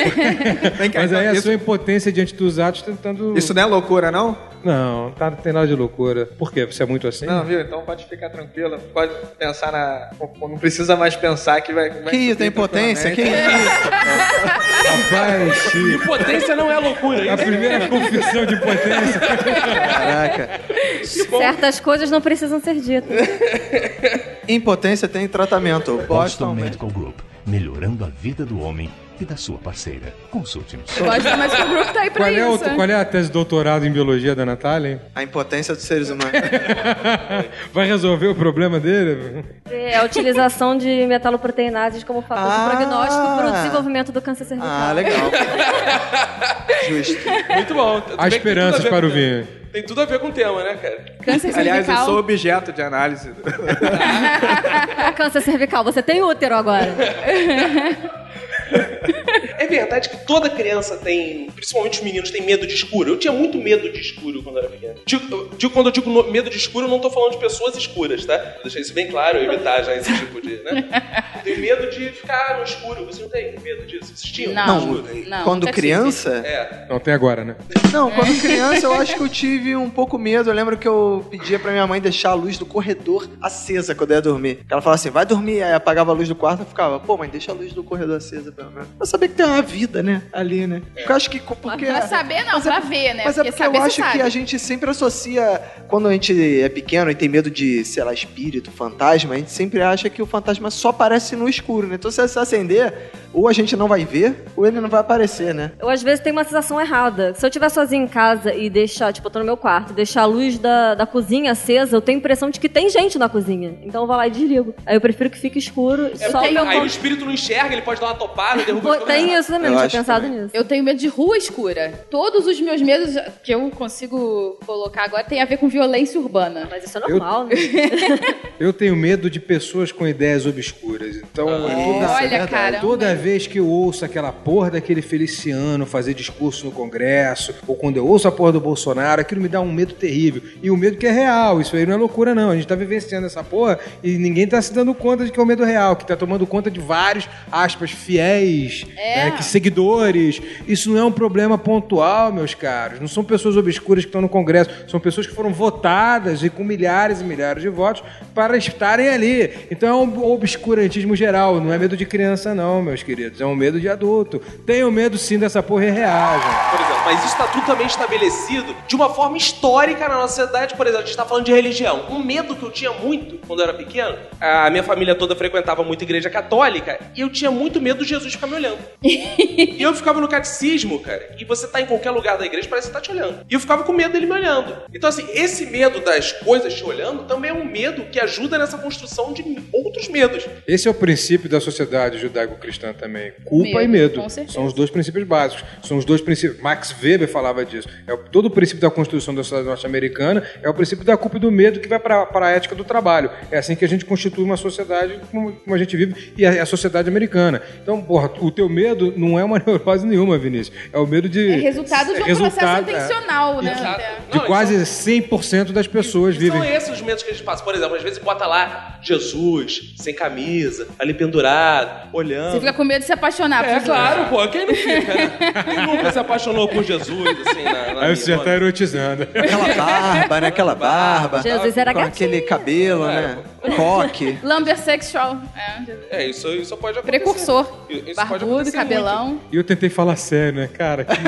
Vem cá, Mas aí a isso, sua impotência diante dos atos tentando... isso não é loucura, não? Não, tá, não tem nada de loucura. Por quê? Você é muito assim? Não, viu? Então pode ficar tranquilo. Pode pensar na... Não precisa mais pensar que vai... vai Que isso, tem subir impotência? Que tranquilamente. isso? Rapaz, Chico, Impotência não é loucura. a primeira confissão de impotência. Caraca. Certas coisas não precisam ser ditas. Impotência tem tratamento. Boston Boston Medical Group, melhorando a vida do homem e da sua parceira. Consulte-nos. Gosto, mas que o grupo tá aí pra Qual é, o, isso. qual é a tese de doutorado em biologia da Natália, hein? A impotência dos seres humanos. Vai resolver o problema dele? É a utilização de metaloproteinases como fator Ah. de prognóstico para o desenvolvimento do câncer cervical. Ah, legal. Justo. Muito bom. Tudo Há bem que tem esperanças tudo a ver para o com tema. Vinho. Tem tudo a ver com o tema, né, cara? Câncer Aliás, eu cervical. sou objeto de análise. Câncer cervical, você tem útero agora. É verdade que toda criança tem, principalmente os meninos, tem medo de escuro. Eu tinha muito medo de escuro quando era pequeno. Digo, eu digo- quando eu digo no- medo de escuro, eu não tô falando de pessoas escuras, tá? Vou deixar isso bem claro, eu evitar já esse tipo de, né? Eu tenho medo de ficar no escuro. Você não tem medo disso? Vocês tinham? Não. Não, Não, quando nunca tive. criança... É. Não, tem agora, né? Não, quando criança eu acho que eu tive um pouco medo. Eu lembro que eu pedia pra minha mãe deixar a luz do corredor acesa quando eu ia dormir. Ela falava assim, vai dormir. Aí apagava a luz do quarto e ficava, pô, mãe, deixa a luz do corredor acesa pelo menos. Pra saber que tem uma vida, né, ali, né? Porque eu acho que... Porque, Pra saber não, Mas é pra por- ver, né? Mas é porque saber eu você acho que sabe. a gente sempre associa, quando a gente é pequeno e tem medo de, sei lá, espírito, fantasma, a gente sempre acha que o fantasma só aparece no escuro, né? Então se você acender, ou a gente não vai ver, ou ele não vai aparecer, né? Eu, às vezes, tenho uma sensação errada. Se eu estiver sozinha em casa e deixar, tipo, eu tô no meu quarto, deixar a luz da, da cozinha acesa, eu tenho a impressão de que tem gente na cozinha. Então eu vou lá e desligo. Aí eu prefiro que fique escuro, só o Aí, meu aí o ponto. espírito não enxerga, ele pode dar uma topada, derruba Pô, as coisas. tem nisso também, Eu não tinha acho pensado também. nisso. Eu tenho medo de rua escura. Todos os meus medos que eu consigo colocar agora tem a ver com violência urbana. Mas isso é normal, né? Eu tenho medo de pessoas com ideias obscuras. Então, toda, Olha, cara. toda vez que eu ouço aquela porra daquele Feliciano fazer discurso no Congresso, ou quando eu ouço a porra do Bolsonaro, aquilo me dá um medo terrível. E o medo que é real, isso aí não é loucura não. A gente tá vivenciando essa porra e ninguém tá se dando conta de que é o medo real, que tá tomando conta de vários, aspas, fiéis, É. né, que seguidores. Isso não é um problema pontual, meus caros. Não são pessoas obscuras que estão no Congresso, são pessoas que foram votadas e com milhares e milhares de votos para estarem ali. Então é um obscurantismo geral, não é medo de criança não, meus queridos, é um medo de adulto. Tenham medo sim dessa porra e reagem. Por exemplo, mas isso está tudo também estabelecido de uma forma histórica na nossa sociedade. Por exemplo, a gente está falando de religião. Um medo que eu tinha muito quando eu era pequeno, a minha família toda frequentava muito igreja católica, e eu tinha muito medo de Jesus ficar me olhando. E eu ficava no catecismo, cara, e você tá em qualquer lugar da igreja, parece que tá te olhando. E eu ficava com medo dele me olhando. Então, assim, esse medo das coisas te olhando também é um medo que ajuda nessa construção de outros medos. Esse é o princípio da sociedade judaico-cristã também. Culpa Medo, e medo. com certeza. São os dois princípios básicos. São os dois princípios. Max Weber falava disso. É o, todo o princípio da construção da sociedade norte-americana é o princípio da culpa e do medo que vai para a ética do trabalho. É assim que a gente constitui uma sociedade como, como a gente vive, e a, a sociedade americana. Então, porra, o teu medo não é uma neurose nenhuma, Vinícius. É o medo de... É resultado de um resultado, processo intencional, é. né? Exato. até. De Não, quase então- cem por cento das pessoas E vivem. são esses os medos que a gente passa. Por exemplo, às vezes bota lá Jesus, sem camisa, ali pendurado, olhando. Você fica com medo de se apaixonar. É por claro, pô. Quem não fica, né? Quem nunca se apaixonou por Jesus, assim, na, na Aí você já vida, tá erotizando. Aquela barba, né? Aquela barba. Jesus era com gatinho. aquele cabelo, né? Coque. Lumber sexual. É, Jesus. É, isso, isso pode acontecer. Precursor. Isso pode Barbudo, acontecer cabelão. E eu tentei falar sério, né? Cara, que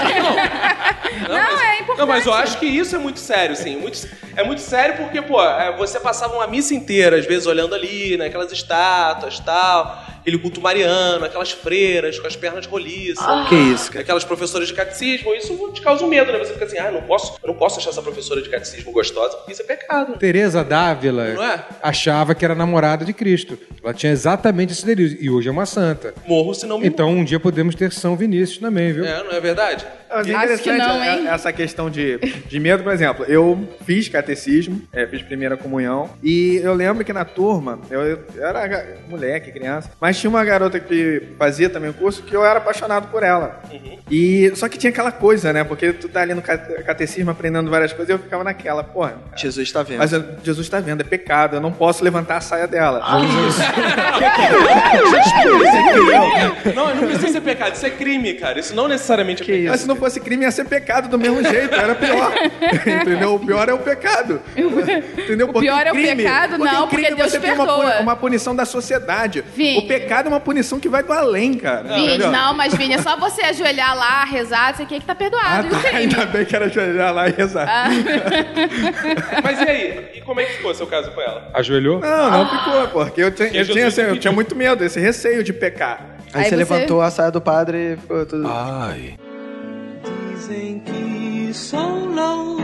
Não, Não, mas, é importante. Não, mas eu acho que isso é muito sério, assim. Muito, é muito sério porque, pô, é, você passava uma missa inteira, às vezes, olhando ali, né, aquelas estátuas e tal, aquele culto mariano, aquelas freiras com as pernas roliças. Que isso, cara? Aquelas professoras de catecismo. Isso te causa um medo, né? Você fica assim, ah, eu não posso, eu não posso achar essa professora de catecismo gostosa, porque isso é pecado. Teresa Dávila Não é? achava que era namorada de Cristo. Ela tinha exatamente esse delírio. E hoje é uma santa. Morro se não me Então um dia podemos ter São Vinícius também, viu? É, não é verdade? Mas é Acho que interessante não, é- hein? essa questão de, de medo, por exemplo. Eu fiz catecismo, é, fiz primeira comunhão, e eu lembro que na turma, eu, eu era ga- moleque, criança, mas tinha uma garota que fazia também o curso que eu era apaixonado por ela. Uhum. E só que tinha aquela coisa, né? Porque tu tá ali no cate- catecismo aprendendo várias coisas e eu ficava naquela, porra. Jesus tá vendo. Mas eu- Jesus tá vendo, é pecado, eu não posso levantar a saia dela. Não, não precisa ser pecado, isso é crime, cara. Isso não necessariamente é Que pecado. Mas se não fosse crime, ia ser pecado do mesmo jeito, era pior. Entendeu? O pior é o pecado. Entendeu? O pior é o pecado? porque Não, o crime porque Deus você tem uma, perdoa. pu- uma punição da sociedade. Vini. O pecado é uma punição que vai do além, cara. Vini, Entendeu? não, mas Vini, é só você ajoelhar lá, rezar, você que tá Ah, perdoado. E o tá, crime? ainda bem que era ajoelhar lá e rezar. Ah. Mas e aí? E como é que ficou seu caso com ela? Ajoelhou? Não, não ficou, porque eu, tinha- eu, Jesus tinha, assim, eu pediu. tinha muito medo, esse receio de pecar. Aí, Aí você você- levantou a saia do padre e ficou tudo... Ai. Dizem que sou louco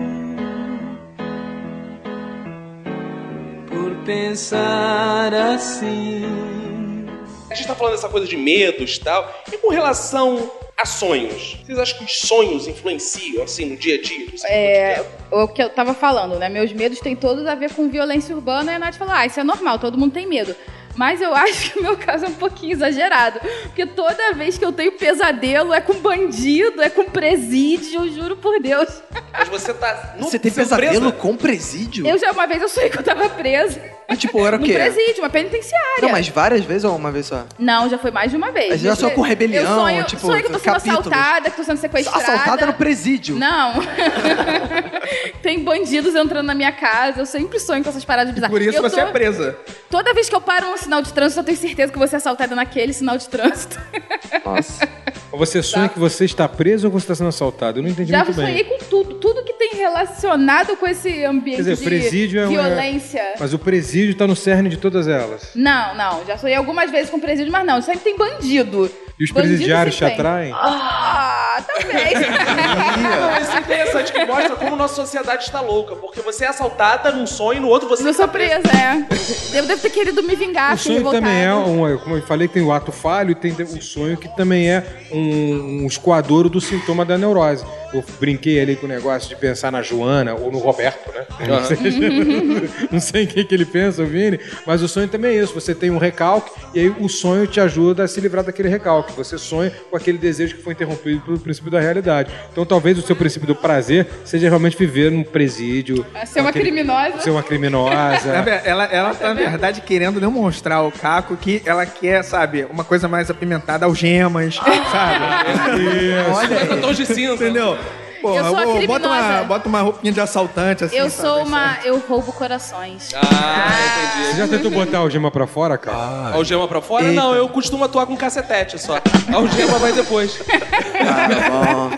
por pensar assim. A gente tá falando dessa coisa de medos e tal. E com relação a sonhos? Vocês acham que os sonhos influenciam, assim, no dia a dia? do seu É, cotidiano? o que eu tava falando, né? Meus medos têm todos a ver com violência urbana, e a Nath falou, ah, isso é normal, todo mundo tem medo. Mas eu acho que o meu caso é um pouquinho exagerado. Porque toda vez que eu tenho pesadelo é com bandido, é com presídio, eu juro por Deus. Mas você tá... no- Você tem sendo pesadelo presa? com presídio? Eu já uma vez eu sonhei que eu tava presa. Mas, tipo, era o No quê? presídio, uma penitenciária. Não, mas várias vezes ou uma vez só? Não, já foi mais de uma vez. Mas já Eu só sonhei- com rebelião, eu sonho, tipo, sonho que eu tô sendo capítulos. assaltada, que tô sendo sequestrada. Assaltada no presídio. Não. Tem bandidos entrando na minha casa. Eu sempre sonho com essas paradas bizarras. Por isso Eu você tô- é presa. Toda vez que eu paro num sinal de trânsito, eu tenho certeza que eu vou ser assaltada naquele sinal de trânsito. Nossa. Você sonha que você está preso ou você está sendo assaltado? Eu não entendi Já muito sonhei bem. com tudo. Tudo que tem relacionado com esse ambiente Quer dizer, de presídio é uma- violência. Mas o presídio está no cerne de todas elas. Não, não. Já sonhei algumas vezes com presídio, mas não. Sempre tem bandido. E os Bandido presidiários te sempre tem. atraem? Ah, talvez. Não, isso é interessante, que mostra como nossa sociedade está louca, porque você é assaltada num sonho e no outro você Não está sou presa, é. Eu devo ter querido me vingar, O fiquei sonho revoltada. também é, um, como eu falei, tem o ato falho e tem o sonho que também é um, um escoadouro do sintoma da neurose. Eu brinquei ali com o negócio de pensar na Joana ou no Roberto, né? Não sei, não sei em quem que ele pensa, o Vini, mas o sonho também é isso. Você tem um recalque e aí o sonho te ajuda a se livrar daquele recalque. Você sonha com aquele desejo que foi interrompido pelo princípio da realidade. Então talvez o seu princípio do prazer seja realmente viver num presídio. Ser uma aquele- criminosa. Ser uma criminosa. Ela, ela tá, na verdade, querendo demonstrar ao Caco que ela quer, sabe, uma coisa mais apimentada, algemas, sabe? cinquenta tons de cinza. Entendeu? Porra, Eu sou a ô, bota, uma, criminosa. bota uma roupinha de assaltante, assim. Eu sabe? sou uma... Eu roubo corações. Ah, entendi. Você já tentou botar a algema pra fora, cara? A algema pra fora? Não, eu costumo atuar com cacetete só. A algema vai depois. Ah,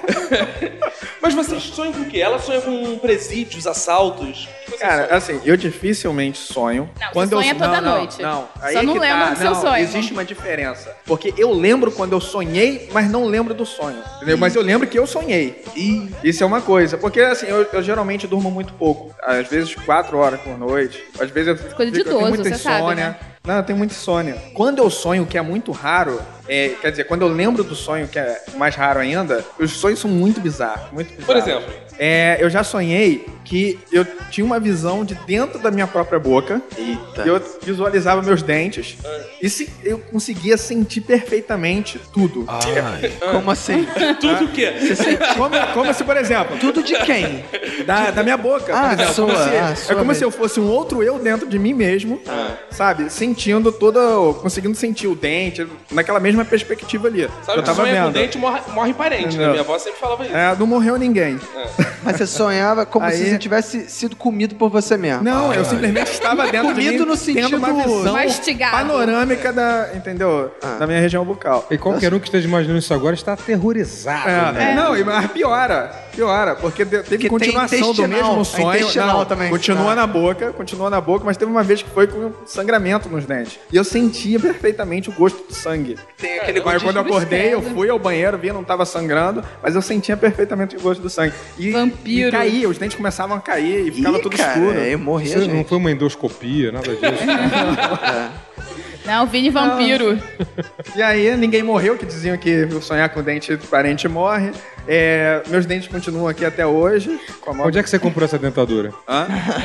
bom. Mas vocês sonham com o quê? Ela sonha com presídios, assaltos? O que vocês Cara, sonham? assim, eu dificilmente sonho. Não, você quando eu sonha toda não, noite. Não, não. Aí Só é não que lembra tá. do seu Não, sonho. Existe uma diferença. Porque eu lembro quando eu sonhei, mas não lembro do sonho. Entendeu? Mas eu lembro que eu sonhei. E isso é uma coisa. Porque, assim, eu, eu geralmente durmo muito pouco. Às vezes quatro horas por noite. Às vezes eu Coisa de fico- eu tenho idoso, muita você sabe, insônia. né? Não, eu tenho muita insônia. Quando eu sonho, que é muito raro, é, quer dizer, quando eu lembro do sonho, que é mais raro ainda, os sonhos são muito bizarros. Muito bizarros. Por exemplo? É, eu já sonhei que eu tinha uma visão de dentro da minha própria boca. Eita. E eu visualizava meus dentes. E se, eu conseguia sentir perfeitamente tudo. Como assim? Tudo o quê? Como, como se, por exemplo, Tudo de quem? da, da minha boca, Ah, por exemplo. sua, Como se- ah, é sua como mesmo. se eu fosse um outro eu dentro de mim mesmo, sabe? Sentindo toda. Conseguindo sentir o dente, naquela mesma perspectiva ali. Sabe eu que tava sonha com vendo. dente morre, morre parente, né? Entendeu? Minha avó sempre falava isso. É, não morreu ninguém. Mas você sonhava como Aí- se você tivesse sido comido por você mesmo. Não, eu simplesmente estava dentro de mim, Comido no tendo uma sentido visão mastigado. panorâmica da, entendeu? Ah. Da minha região bucal. E qualquer um que esteja imaginando isso agora está aterrorizado. É, né? Não, e- mas piora. Piora, porque de- teve Que tem continuação do intestinal, mesmo é sonho. intestinal Não, também. continua Ah. na boca, continua na boca, mas teve uma vez que foi com sangramento nos dentes. E eu sentia perfeitamente o gosto do sangue. Tem aquele eu Mas quando eu acordei, eu credo. fui ao banheiro, vi, não tava sangrando, mas eu sentia perfeitamente o gosto do sangue. E, Vampiro. e caía, os dentes começavam a cair e ficava Ih, tudo cara, escuro. Eu morri, Isso não gente. foi uma endoscopia, nada disso. Não, Vini Vampiro. E aí, ninguém morreu, que diziam que sonhar com dente parente morre. É, meus dentes continuam aqui até hoje. Com a mão... Onde é que você comprou essa dentadura? Hã?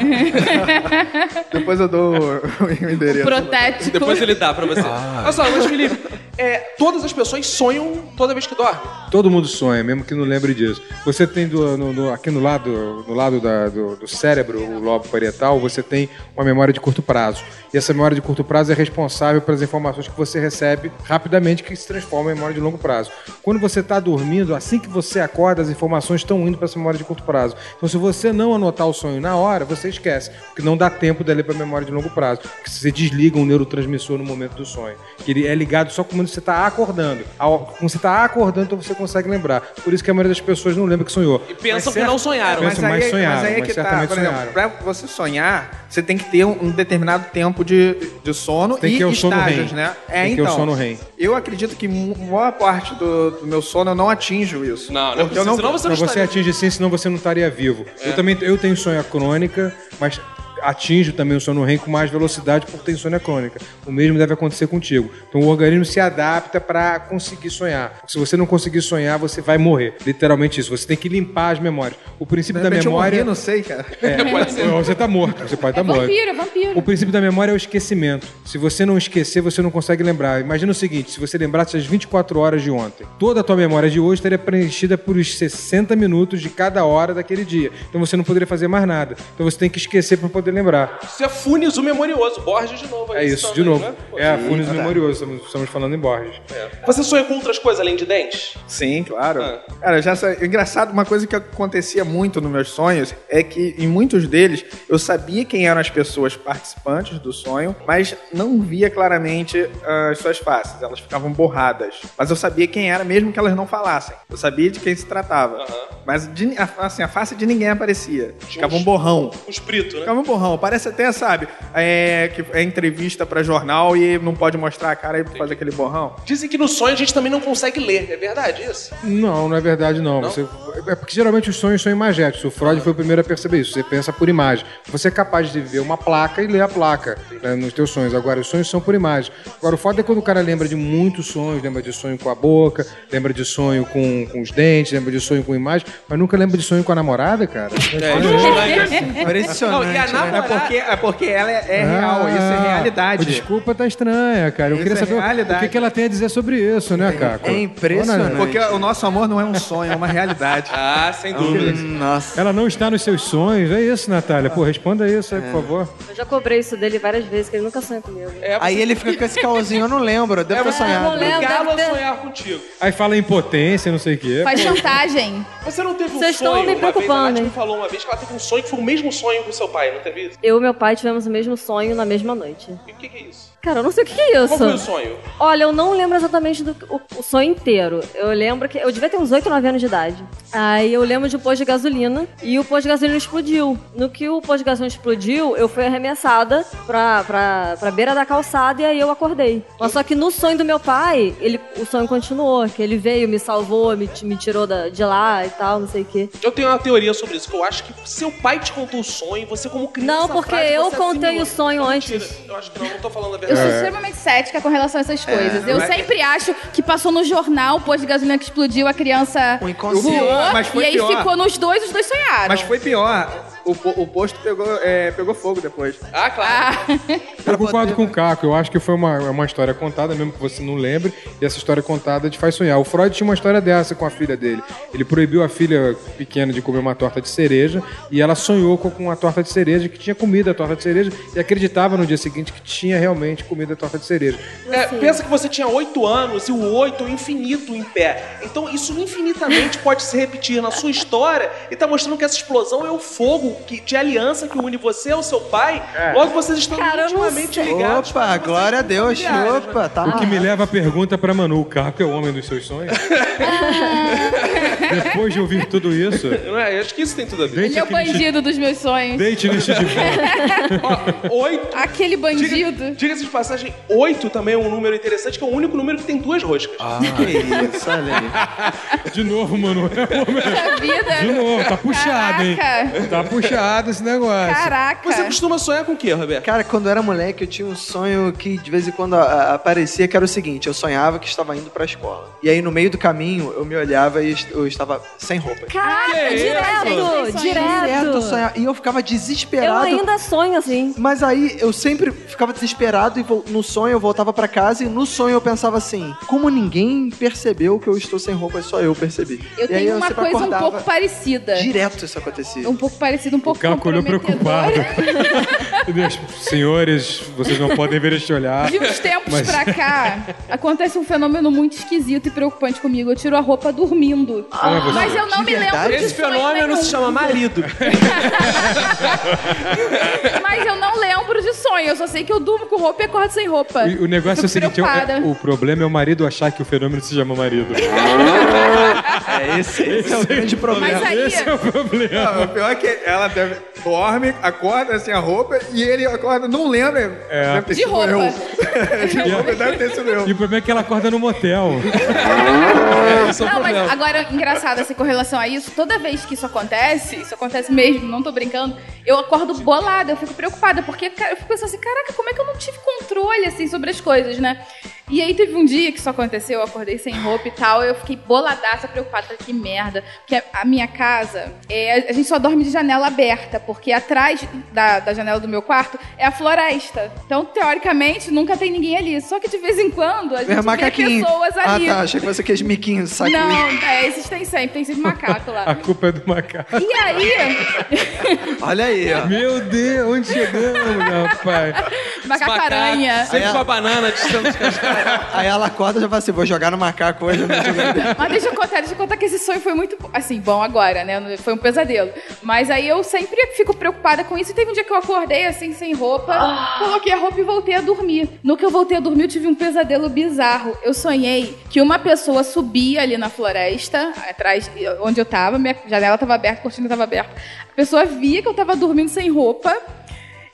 Depois eu dou o endereço. Protético. Depois ele dá pra você. Olha só, mas Felipe, é, todas as pessoas sonham toda vez que dormem. Todo mundo sonha, mesmo que não lembre disso. Você tem do- no- no- aqui no lado, no lado da- do, do cérebro, o lobo parietal, você tem uma memória de curto prazo. E essa memória de curto prazo é responsável pelas informações que você recebe rapidamente, que se transforma em memória de longo prazo. Quando você está dormindo, assim que você acorda, as informações estão indo para essa memória de curto prazo. Então, se você não anotar o sonho na hora, você esquece, porque não dá tempo dele para a memória de longo prazo. Porque você desliga um neurotransmissor no momento do sonho, que ele é ligado só quando você está acordando. Ao- Quando você está acordando, então você consegue lembrar. Por isso que a maioria das pessoas não lembra que sonhou. E pensam Mas que certo- não sonharam. Pensam, mas aí- sonharam, aí é mas que tá, certamente por exemplo, sonharam. pra você sonhar, você tem que ter um, um determinado tempo de, de sono Tem e que ter o sono estágios, REM. né? É, Tem que ter então. o sono REM. Eu acredito que mu- maior parte do, do meu sono eu não atinjo isso. Não, não é Porque eu possível, senão você não Pra você estaria... atinge sim, senão você não estaria vivo. Eu também eu tenho insônia crônica, mas atinjo também o sono REM com mais velocidade por ter insônia crônica. O mesmo deve acontecer contigo. Então o organismo se adapta para conseguir sonhar. Se você não conseguir sonhar, você vai morrer. Literalmente isso. Você tem que limpar as memórias. O princípio De da repente eu memória morri, não sei, cara. é, você tá morto, você pode estar É morto. vampiro, é vampiro. O princípio da memória é o esquecimento. Se você não esquecer, você não consegue lembrar. Imagina o seguinte, se você lembrasse as vinte e quatro horas de ontem, toda a tua memória de hoje estaria preenchida por os sessenta minutos de cada hora daquele dia. Então você não poderia fazer mais nada. Então você tem que esquecer para poder lembrar. Isso é Funes o Memorioso. Borges de novo. É aí, isso, citando de aí, novo. né? Pô, É a Funes Memorioso, estamos, estamos falando em Borges. Você sonha com outras coisas além de dentes? Sim, claro. Ah. Cara, já sa- engraçado, uma coisa que acontecia muito nos meus sonhos é que em muitos deles eu sabia quem eram as pessoas participantes do sonho, mas não via claramente ah, as suas faces, elas ficavam borradas. Mas eu sabia quem era mesmo que elas não falassem. Eu sabia de quem se tratava. Aham. Mas de- a- assim, a face de ninguém aparecia. Ficava um uns- borrão. Um espírito, né? Ficava um borrão. Parece até, sabe, é, que é entrevista pra jornal e não pode mostrar a cara e fazer aquele borrão. Dizem que no sonho a gente também não consegue ler. É verdade isso? Não, não é verdade, não. não? Você, é porque geralmente os sonhos são imagéticos. O Freud foi o primeiro a perceber isso. Você pensa por imagem. Você é capaz de ver uma placa e ler a placa, né, nos teus sonhos. Agora, os sonhos são por imagem. Agora, o foda é quando o cara lembra de muitos sonhos, lembra de sonho com a boca, lembra de sonho com, com os dentes, lembra de sonho com imagem, mas nunca lembra de sonho com a namorada, cara. É, Impressionante. Não, e a né? namorada... É porque, é porque ela é, é real, isso é realidade. Desculpa, tá estranha, cara. Eu Isso queria é saber realidade. o que, que ela tem a dizer sobre isso, né, Caco? É impressionante. Porque o nosso amor não é um sonho, é uma realidade. Ah, sem dúvida. Hum, Nossa. Ela não está nos seus sonhos, é isso, Natália? Pô, responda isso aí, por favor. Eu já cobrei isso dele várias vezes, que ele nunca sonha comigo. É, Aí ele fica com esse caôzinho, eu não lembro, deve ter você sonhado. não lembro. obrigá-lo a deve ter- sonhar contigo. Aí fala impotência, não sei o quê. Faz chantagem. Você não teve um Vocês estão sonho me uma vez? A preocupando, Nath me hein? falou uma vez que ela teve um sonho que foi o mesmo sonho com seu pai, não teve isso? Eu e meu pai tivemos o mesmo sonho na mesma noite. E o que, que é isso? Cara, eu não sei o que é isso. Qual foi o sonho? Olha, eu não lembro exatamente do o, o sonho inteiro. Eu lembro que eu devia ter uns oito, nove anos de idade. Aí eu lembro de um posto de gasolina e o posto de gasolina explodiu. No que o posto de gasolina explodiu, eu fui arremessada pra, pra, pra beira da calçada e aí eu acordei. Mas só que no sonho do meu pai, ele, o sonho continuou, que ele veio, me salvou, me, me tirou da, de lá e tal, não sei o quê. Eu tenho uma teoria sobre isso, que eu acho que seu pai te contou o sonho, você como criança... Não, porque frágil, eu você contei assimilou. o sonho Mentira, antes. eu acho que não, não tô falando a Eu verdade. sou extremamente cética com relação a essas coisas. eu mas- sempre acho que passou no jornal o posto de gasolina que explodiu, a criança O inconsciente. voou, Mas foi e aí pior. ficou nos dois, os dois sonharam. Mas foi pior. O, po- o posto pegou, é, pegou fogo depois. Ah, claro. Ah, Eu concordo com o Caco, eu acho que foi uma, uma história contada, mesmo que você não lembre, e essa história contada te faz sonhar. O Freud tinha uma história dessa com a filha dele. Ele proibiu a filha pequena de comer uma torta de cereja, e ela sonhou com uma torta de cereja, que tinha comido a torta de cereja, e acreditava no dia seguinte que tinha realmente comido a torta de cereja. É, Assim. pensa que você tinha oito anos e o oito é o infinito em pé. Então isso infinitamente pode se repetir na sua história e tá mostrando que essa explosão é o fogo que, de aliança que une você ao seu pai. Logo vocês estão Cara, eu não intimamente sei. ligados. Opa, porque vocês glória a são Deus. familiares, né? Opa, tá O que me amarrado. leva a pergunta pra Manu, o Caco é o homem dos seus sonhos? Depois de ouvir tudo isso, Não é? Eu acho que isso tem tudo a ver. deite ele é o aqui neste- bandido dos meus sonhos. deite neste divã. Ó, oito. Aquele bandido. Diga- Diga-se de passagem, oito também é um número interessante, que é o único número que tem duas roscas. Que isso, olha aí. De novo, Manu. Puxa vida. De novo, tá puxado, hein? Caraca. Tá puxado esse negócio. Caraca. Você costuma sonhar com o quê, Roberto? Cara, quando eu era moleque, eu tinha um sonho que de vez em quando a- a- aparecia, que era o seguinte: eu sonhava que estava indo pra escola. E aí, no meio do caminho, eu me olhava e est- eu estava sem roupa. Caraca, Que isso? direto, Direto, eu direto. sonhava. E eu ficava Eu desesperado. ainda sonho assim. Mas aí eu sempre ficava desesperado e vol- no sonho eu voltava pra casa e no sonho eu pensava assim: como ninguém percebeu que eu estou sem roupa, só eu percebi. Eu e aí tenho uma sempre coisa um acordava. pouco parecida. Direto isso acontecia. Um pouco parecida, um O pouco Caco olhou preocupado. comprometedora. Deus, senhores, vocês não podem ver este olhar. De uns tempos Mas- pra cá, acontece um fenômeno muito esquisito e preocupante comigo. Eu tiro a roupa dormindo. Ah, você- Mas eu não De me lembro verdade? de Esse sonho fenômeno nenhum. se chama marido. Mas eu não lembro de sonho. Eu só sei que eu durmo com roupa e acordo sem roupa. O, o negócio é o Fico seguinte, é o- é- preocupada. o problema é o marido achar que o fenômeno se chama marido. É, esse, esse é o grande problema. Mas aí, Esse é o problema. Não, o pior é que ela deve, dorme, acorda sem a roupa e ele acorda, não lembra. É. Deve ter de sido roupa. eu. De roupa deve ter sido eu. E o problema é que ela acorda no motel. Esse é o Não, mas problema. agora, engraçado, assim, com relação a isso, toda vez que isso acontece, isso acontece mesmo, não tô brincando, eu acordo bolada, eu fico preocupada, porque cara, eu fico pensando assim, caraca, como é que eu não tive controle, assim, sobre as coisas, né? E aí teve um dia que isso aconteceu, eu acordei sem roupa e tal, eu fiquei boladaça, preocupada, falei, que merda. Porque a, a minha casa, é, a gente só dorme de janela aberta, porque atrás da, da janela do meu quarto é a floresta. Então, teoricamente, nunca tem ninguém ali. Só que de vez em quando a gente É vê macaquinho. pessoas ali. Ah, tá. Achei que você quis miquinho, saco. Não, é, esses tem sempre, tem sempre macaco lá. A culpa é do macaco. E aí, Olha aí, ó. Meu Deus, onde chegamos, rapaz? macaco-aranha. Sempre Aí com a- a banana de Santos Cascais. Aí ela acorda e já fala assim: vou jogar no macaco hoje. Eu não joguei. Mas deixa eu contar, deixa eu contar que esse sonho foi muito, assim, bom agora, né? Foi um pesadelo. Mas aí eu sempre fico preocupada com isso. E teve um dia que eu acordei, assim, sem roupa, coloquei a roupa e voltei a dormir. No que eu voltei a dormir, eu tive um pesadelo bizarro. Eu sonhei que uma pessoa subia ali na floresta, atrás, onde eu tava, minha janela tava aberta, a cortina tava aberta. A pessoa via que eu tava dormindo sem roupa.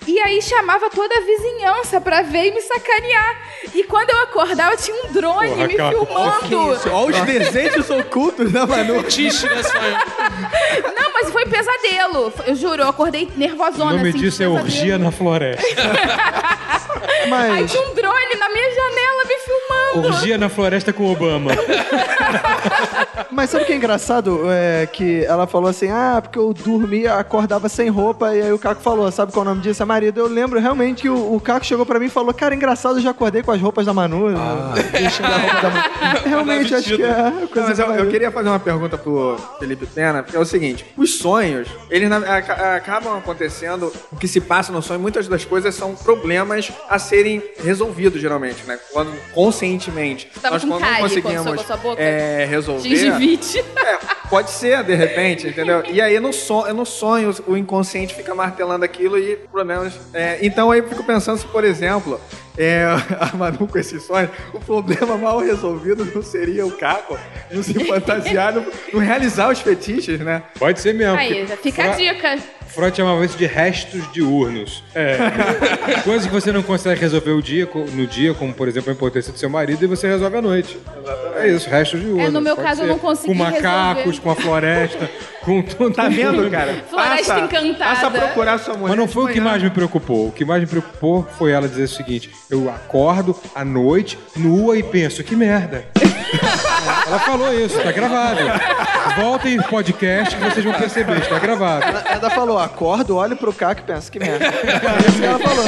E aí chamava toda a vizinhança pra ver e me sacanear. E quando eu acordava, tinha um drone Porra, me cara, filmando. Olha os desejos ocultos da Manu. Tiche, né, sonho? Não, mas foi pesadelo. Eu juro, eu acordei O nervosona. nome assim, de disso é pesadelo. orgia na floresta. Aí Mas, tinha um drone na minha janela me filmando. Orgia na floresta com Obama. mas sabe o que é engraçado? É que ela falou assim, ah, porque eu dormia, acordava sem roupa, e aí o Caco falou, sabe qual é o nome disso? É marido. Eu lembro realmente que o, o Caco chegou pra mim e falou, cara, engraçado, eu já acordei com as roupas da Manu. Ah. Vestindo a roupa da Manu. Realmente, acho que é a Não, coisa mas eu, eu maneira. queria fazer uma pergunta pro Felipe Pena, que é o seguinte: os sonhos, eles na- aca- acabam acontecendo, o que se passa no sonho, muitas das coisas são problemas a serem resolvidos, geralmente, né? Quando conscientemente. Tava nós com quando não cárie quando conseguimos socou sua boca? é, resolver. Gengivite. É, pode ser, de repente, entendeu? E aí no, son, no sonho o inconsciente fica martelando aquilo e problemas. É, então aí eu fico pensando se, por exemplo, é, a Manu com esses sonhos, o problema mal resolvido não seria o Caco não se fantasiar, não, não realizar os fetiches, né? Pode ser mesmo. Aí, porque já fica a Fro- dica. Freud chamava isso de restos diurnos. É. Coisas que você não consegue resolver o dia, co- no dia, como por exemplo a impotência do seu marido, e você resolve à noite. É isso, restos diurnos. É, no meu Pode caso, eu ser. não consegui Com macacos, resolver. com a floresta, com tudo. Tá vendo, cara? Floresta Passa- Encantada. Passa a procurar sua mulher. Mas não foi o de que manhã. mais me preocupou. O que mais me preocupou foi ela dizer o seguinte: eu acordo à noite, nua, e penso, que merda. Ela falou isso, tá gravado. Voltem no podcast que vocês vão perceber, está gravado. Ela ainda falou, acordo, olho pro Caco e penso, que merda. É isso que ela falou.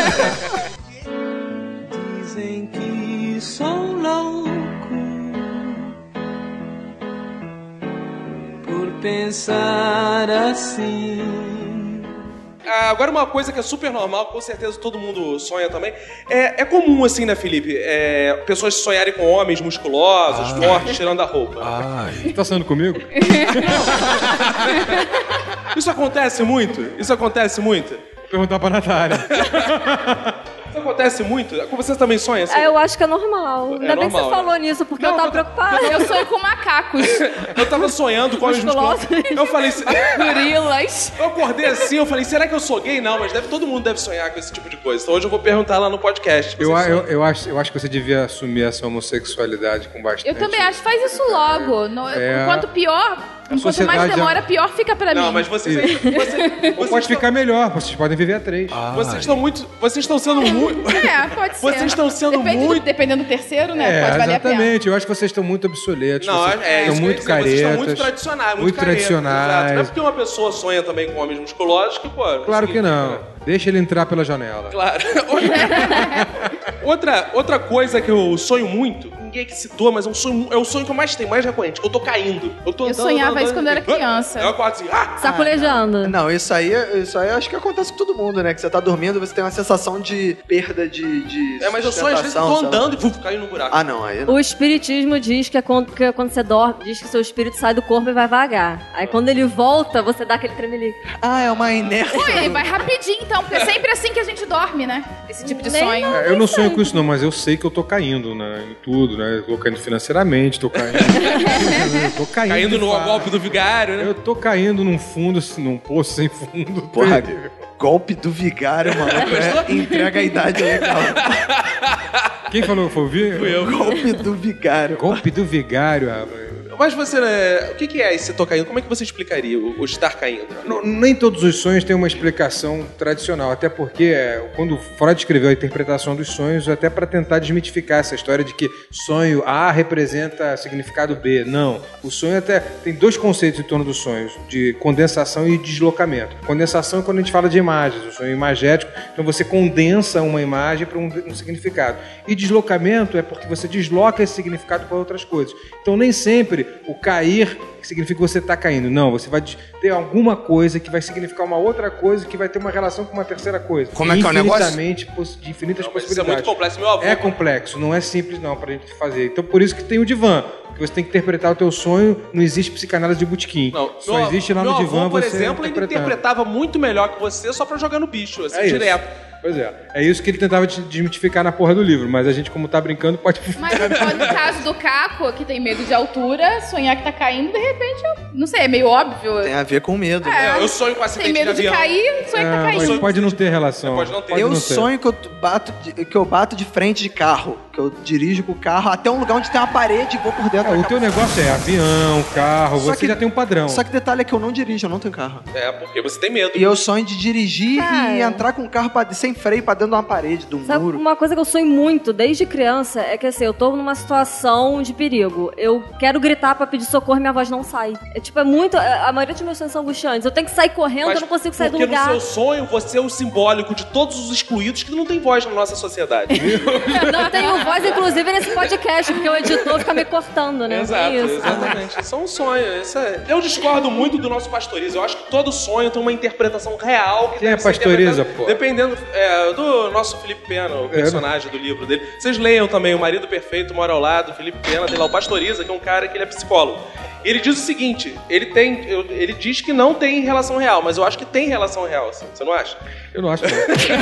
Dizem que sou louco por pensar assim. Ah, agora uma coisa que é super normal, com certeza todo mundo sonha também. É, é comum, assim, né, Felipe? É, pessoas sonharem com homens musculosos, fortes, tirando a roupa. Você tá sonhando comigo? Isso acontece muito? Isso acontece muito? Vou perguntar pra Natália. Isso acontece muito? Você também sonha assim? É, eu acho que é normal. Ainda bem que normal, você falou nisso, porque eu tava preocupada. Eu sonho com macacos. Eu tava sonhando com homens musculosos. Eu falei... se- Gorilas. Eu acordei assim, eu falei, será que eu sou gay? Não, mas deve, todo mundo deve sonhar com esse tipo de coisa. Então hoje eu vou perguntar lá no podcast. Eu, Vocês eu, sonham? eu, acho, eu acho que você devia assumir essa homossexualidade com bastante. Eu também acho. Faz isso logo. No, É. Quanto pior, quanto mais sociedade demora, pior fica pra Não, mim. mas vocês... vocês, Ou pode ficar melhor, vocês podem viver a três. vocês estão muito... Vocês estão sendo muito... É, pode ser. Vocês estão sendo Depende do- muito... dependendo do terceiro, né? É, pode valer a pena. exatamente. Eu acho que vocês estão muito obsoletos. Não, vocês é, estão isso que eu ia muito dizer, caretas. Vocês estão muito tradicionais, muito, muito caretas, tradicionais. exato. Não é porque uma pessoa sonha também com homens musculosos que, pô... Claro que significa, não. né? Deixa ele entrar pela janela. Claro. outra, outra coisa que eu sonho muito, ninguém que citou, mas é um sonho, é o sonho que eu mais tenho, mais recorrente. Eu tô caindo. Eu, tô Eu andando, sonhava andando, isso quando eu era andando. criança. Eu acordo assim, ah! Sacolejando. Não, isso aí, isso aí eu acho que acontece com todo mundo, né? Que você tá dormindo, você tem uma sensação de perda de, de É, mas eu sonho às vezes que eu tô sustentação, sei lá. andando e vou cair no buraco. Ah, não, aí não. O espiritismo diz que, é quando, que quando você dorme, diz que seu espírito sai do corpo e vai vagar. Aí quando ele volta, você dá aquele tremelique. Ah, é uma inércia. Pô, ele vai rapidinho, então, porque é sempre assim que a gente dorme, né? Esse tipo de Nem sonho. não. É, eu não sonho com isso não, mas eu sei que eu tô caindo, né, em tudo, né? Eu tô caindo financeiramente, tô caindo... eu tô caindo. Caindo no de fato. golpe do vigário, né? Eu tô caindo num fundo, num poço sem fundo. Porra, golpe do vigário, mano. É, entrega a idade legal. Quem falou? Foi o Vi? Fui eu. Golpe do vigário. Golpe do vigário, rapaz. Mas você, né, o que que é esse tô caindo? Como é que você explicaria o, o estar caindo? Não, nem todos os sonhos têm uma explicação tradicional, até porque é, quando Freud escreveu a interpretação dos sonhos, até para tentar desmitificar essa história de que sonho A representa significado B. Não. O sonho até tem dois conceitos em torno dos sonhos, de condensação e deslocamento. Condensação é quando a gente fala de imagens, o sonho imagético, então você condensa uma imagem para um, um significado. E deslocamento é porque você desloca esse significado para outras coisas. Então nem sempre o cair significa que você está caindo. Não, você vai ter alguma coisa que vai significar uma outra coisa que vai ter uma relação com uma terceira coisa. Como é que é o negócio? Infinitamente poss- de infinitas Não, mas isso é possibilidades. muito complexo. Meu avô... É complexo, não é simples não pra gente fazer. Então por isso que tem o divã. Que você tem que interpretar o teu sonho, não existe psicanálise de botequim. Não, Só meu- existe lá meu no divã avô, por você exemplo, ele interpretando. interpretava muito melhor que você só pra jogar no bicho, assim, É isso. direto. Pois é. É isso que ele tentava te desmitificar na porra do livro, mas a gente, como tá brincando, pode... Mas no caso do Caco, que tem medo de altura, sonhar que tá caindo, de repente, eu, não sei, é meio óbvio. Tem a ver com medo. É, eu sonho com acidente Tem medo de de, avião. cair, sonha que tá É, caindo. mas pode não ter relação. Pode não ter. Pode Eu não ter. sonho que eu bato de, que eu bato de frente de carro. Que eu dirijo com o carro até um lugar onde tem uma parede e vou por dentro. É, da o teu cabeça. negócio é avião, carro, Só você que- já tem um padrão. Só que detalhe é que eu não dirijo, eu não tenho carro. É, porque você tem medo. E eu sonho de dirigir Cara. e entrar com o carro pra- sem freio pra dentro de uma parede, de um Sabe, muro. uma coisa que eu sonho muito desde criança é que assim, eu tô numa situação de perigo. Eu quero gritar pra pedir socorro e minha voz não sai. É tipo, é muito. A maioria dos meus sonhos são angustiantes. Eu tenho que sair correndo, Mas eu não consigo sair do porque lugar. no seu sonho você é o simbólico de todos os excluídos que não tem voz na nossa sociedade. Não tenho voz, inclusive, nesse podcast, porque o editor fica me cortando, né? Exato, É isso. exatamente. Isso é um sonho. Isso é... Eu discordo muito do nosso Pastoriza. Eu acho que todo sonho tem uma interpretação real. Que Quem deve é ser Pastoriza, interpretada pô? Dependendo é, do nosso Felipe Pena, o personagem do livro dele. Vocês leiam também O Marido Perfeito Mora ao Lado, Felipe Pena, tem lá o Pastoriza, que é um cara que ele é psicólogo. Ele diz o seguinte, ele tem, eu- ele diz que não tem relação real, mas eu acho que tem relação real, assim. Você não acha? Eu não acho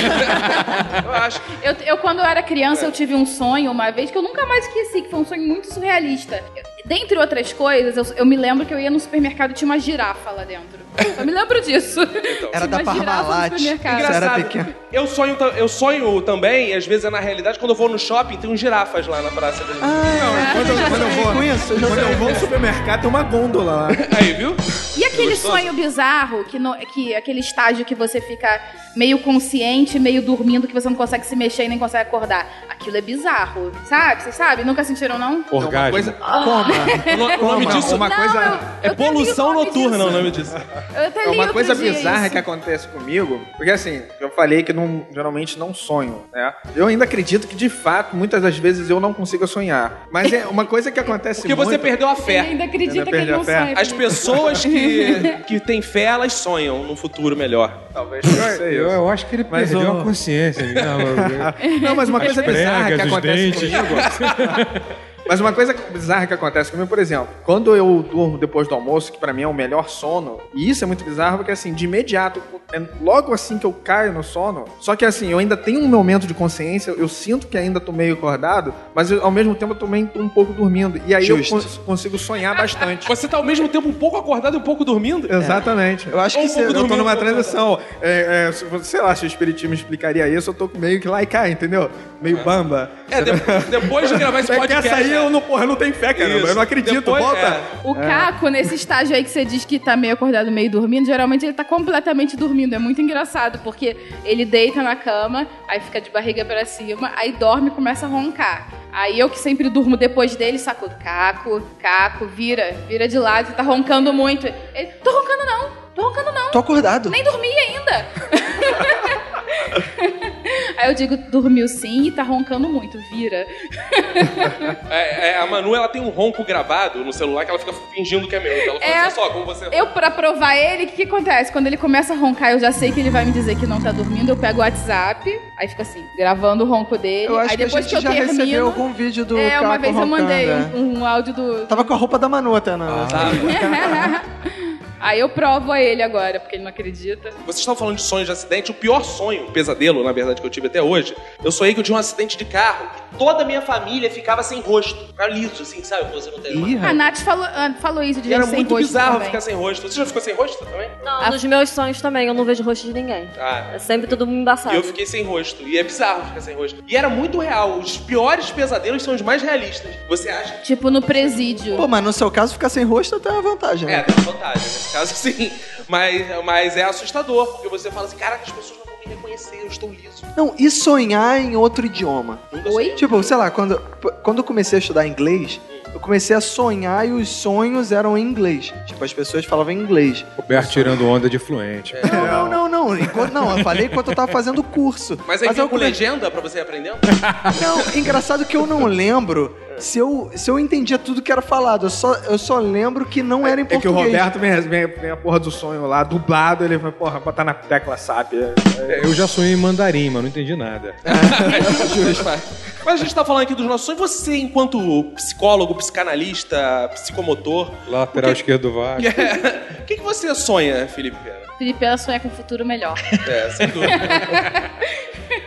não. Eu acho. Eu, eu, quando eu era criança, eu tive um sonho uma vez que eu nunca mais esqueci, que foi um sonho muito surrealista. Eu- dentre outras coisas, eu, eu me lembro que eu ia no supermercado e tinha uma girafa lá dentro. Eu me lembro disso. Era Tinha da uma girafa no Parmalat. supermercado. Você era Engraçado. pequeno. Eu sonho, ta- eu sonho também, e às vezes é na realidade, quando eu vou no shopping, tem uns girafas lá na praça. Da... Ah, Quando, eu- quando eu vou, com isso, eu já quando eu vou no supermercado, tem uma gôndola lá. Aí, viu? E aquele Gostoso? sonho bizarro, que, no- que aquele estágio que você fica meio consciente, meio dormindo, que você não consegue se mexer e nem consegue acordar. Aquilo é bizarro, sabe? Vocês sabem? Nunca sentiram, não? Orgasmo. Coisa, Coma. O no- o nome uma, disso uma Não, coisa, eu- é eu até li poluição o nome noturna, disso. o nome disso. Eu até é li uma outro coisa dia bizarra isso. que acontece comigo, porque assim, eu falei que não, geralmente não sonho, né? Eu ainda acredito que, de fato, muitas das vezes eu não consigo sonhar. Mas é uma coisa que acontece Porque muito... você perdeu a Ele fé. ainda acredita Ainda que ele perde a não fé. sonha. As Felipe. pessoas que, que têm fé, elas sonham num futuro melhor. Talvez não sei Eu, isso. eu acho que ele Mas perdeu o- a consciência. Não, eu- Não, mas uma coisa As bizarra que pregas, os acontece dentes. comigo... Mas uma coisa bizarra que acontece comigo, por exemplo, quando eu durmo depois do almoço, que pra mim é o melhor sono, e isso é muito bizarro porque assim, de imediato, é logo assim que eu caio no sono, só que assim, eu ainda tenho um momento de consciência, eu sinto que ainda tô meio acordado, mas eu, ao mesmo tempo eu também tô um pouco dormindo. E aí Justo. eu cons- consigo sonhar bastante. Você tá ao mesmo tempo um pouco acordado e um pouco dormindo? Exatamente. Eu acho Ou que um você... pouco Eu tô dormindo, numa um pouco transição. É, é, se você- sei lá, se o espiritismo explicaria isso, eu tô meio que lá e cá, entendeu? Meio bamba. É, de- depois de gravar esse Você quer podcast... sair, eu é. não, porra, eu não tenho fé, cara. Isso. Eu não acredito. Depois- Volta. é. O Caco, nesse estágio aí que você diz que tá meio acordado, meio dormindo, geralmente ele tá completamente dormindo. É muito engraçado, porque ele deita na cama, aí fica de barriga pra cima, aí dorme e começa a roncar. Aí eu que sempre durmo depois dele, sacudo. Caco, Caco, vira, vira de lado, você tá roncando muito. Ele, tô roncando não, tô roncando não. Tô acordado. Nem dormi ainda. Aí eu digo, dormiu sim e tá roncando muito, vira. É, é, a Manu, ela tem um ronco gravado no celular que ela fica fingindo que é meu. Então ela fala É. assim, só como você... Eu, pra provar ele, o que, que acontece? Quando ele começa a roncar, eu já sei que ele vai me dizer que não tá dormindo, eu pego o WhatsApp, aí fica assim, gravando o ronco dele. Eu acho aí que a depois gente que eu já termino, recebeu algum vídeo do É, uma Caco vez eu roncando, mandei é. um, um áudio do... Tava com a roupa da Manu até, não. Aí eu provo a ele agora, porque ele não acredita. Vocês estavam falando de sonhos de acidente. O pior sonho, pesadelo, na verdade, que eu tive até hoje, eu sonhei que eu tinha um acidente de carro. Toda a minha família ficava sem rosto. Ficava liso, assim, sabe? Você não tem Ih, A Nath falou, ah, falou isso de E gente era sem muito rosto bizarro também. ficar sem rosto. Você já ficou sem rosto também? Não, nos meus sonhos também, eu não vejo rosto de ninguém. Ah. É sempre tudo E embaçado. eu fiquei sem rosto. E é bizarro ficar sem rosto. E era muito real. Os piores pesadelos são os mais realistas. Você acha? Tipo no presídio. Pô, mas no seu caso, ficar sem rosto até é uma vantagem, né? É, tem vantagem. Nesse caso, sim. Mas, mas é assustador. Porque você fala assim, caraca, as pessoas não vão me reconhecer. Eu estou liso. Não, e sonhar em outro idioma? Nunca Oi? sonhei. Tipo, sei lá, quando, quando eu comecei a estudar inglês, eu comecei a sonhar e os sonhos eram em inglês. Tipo, as pessoas falavam em inglês. Roberto tirando onda de fluente. Não, não, não, não. Enquanto, não, eu falei enquanto eu tava fazendo o curso. Mas aí eu veio com come- legenda pra você ir aprendendo? Não, engraçado que eu não lembro se eu, se eu entendia tudo que era falado. Eu só, eu só lembro que não era em É que o português. Roberto vem, vem, vem a porra do sonho lá, dublado, ele vai, porra, botar na tecla S A P. É, eu já sonhei em mandarim, mas não entendi nada. Justo. Mas a gente tá falando aqui dos nossos sonhos. Você, enquanto psicólogo, psicanalista, psicomotor... Lateral o que- esquerdo do Vasco. O que, que você sonha, Felipe? Felipe, ela sonha com um futuro melhor. É, sem dúvida.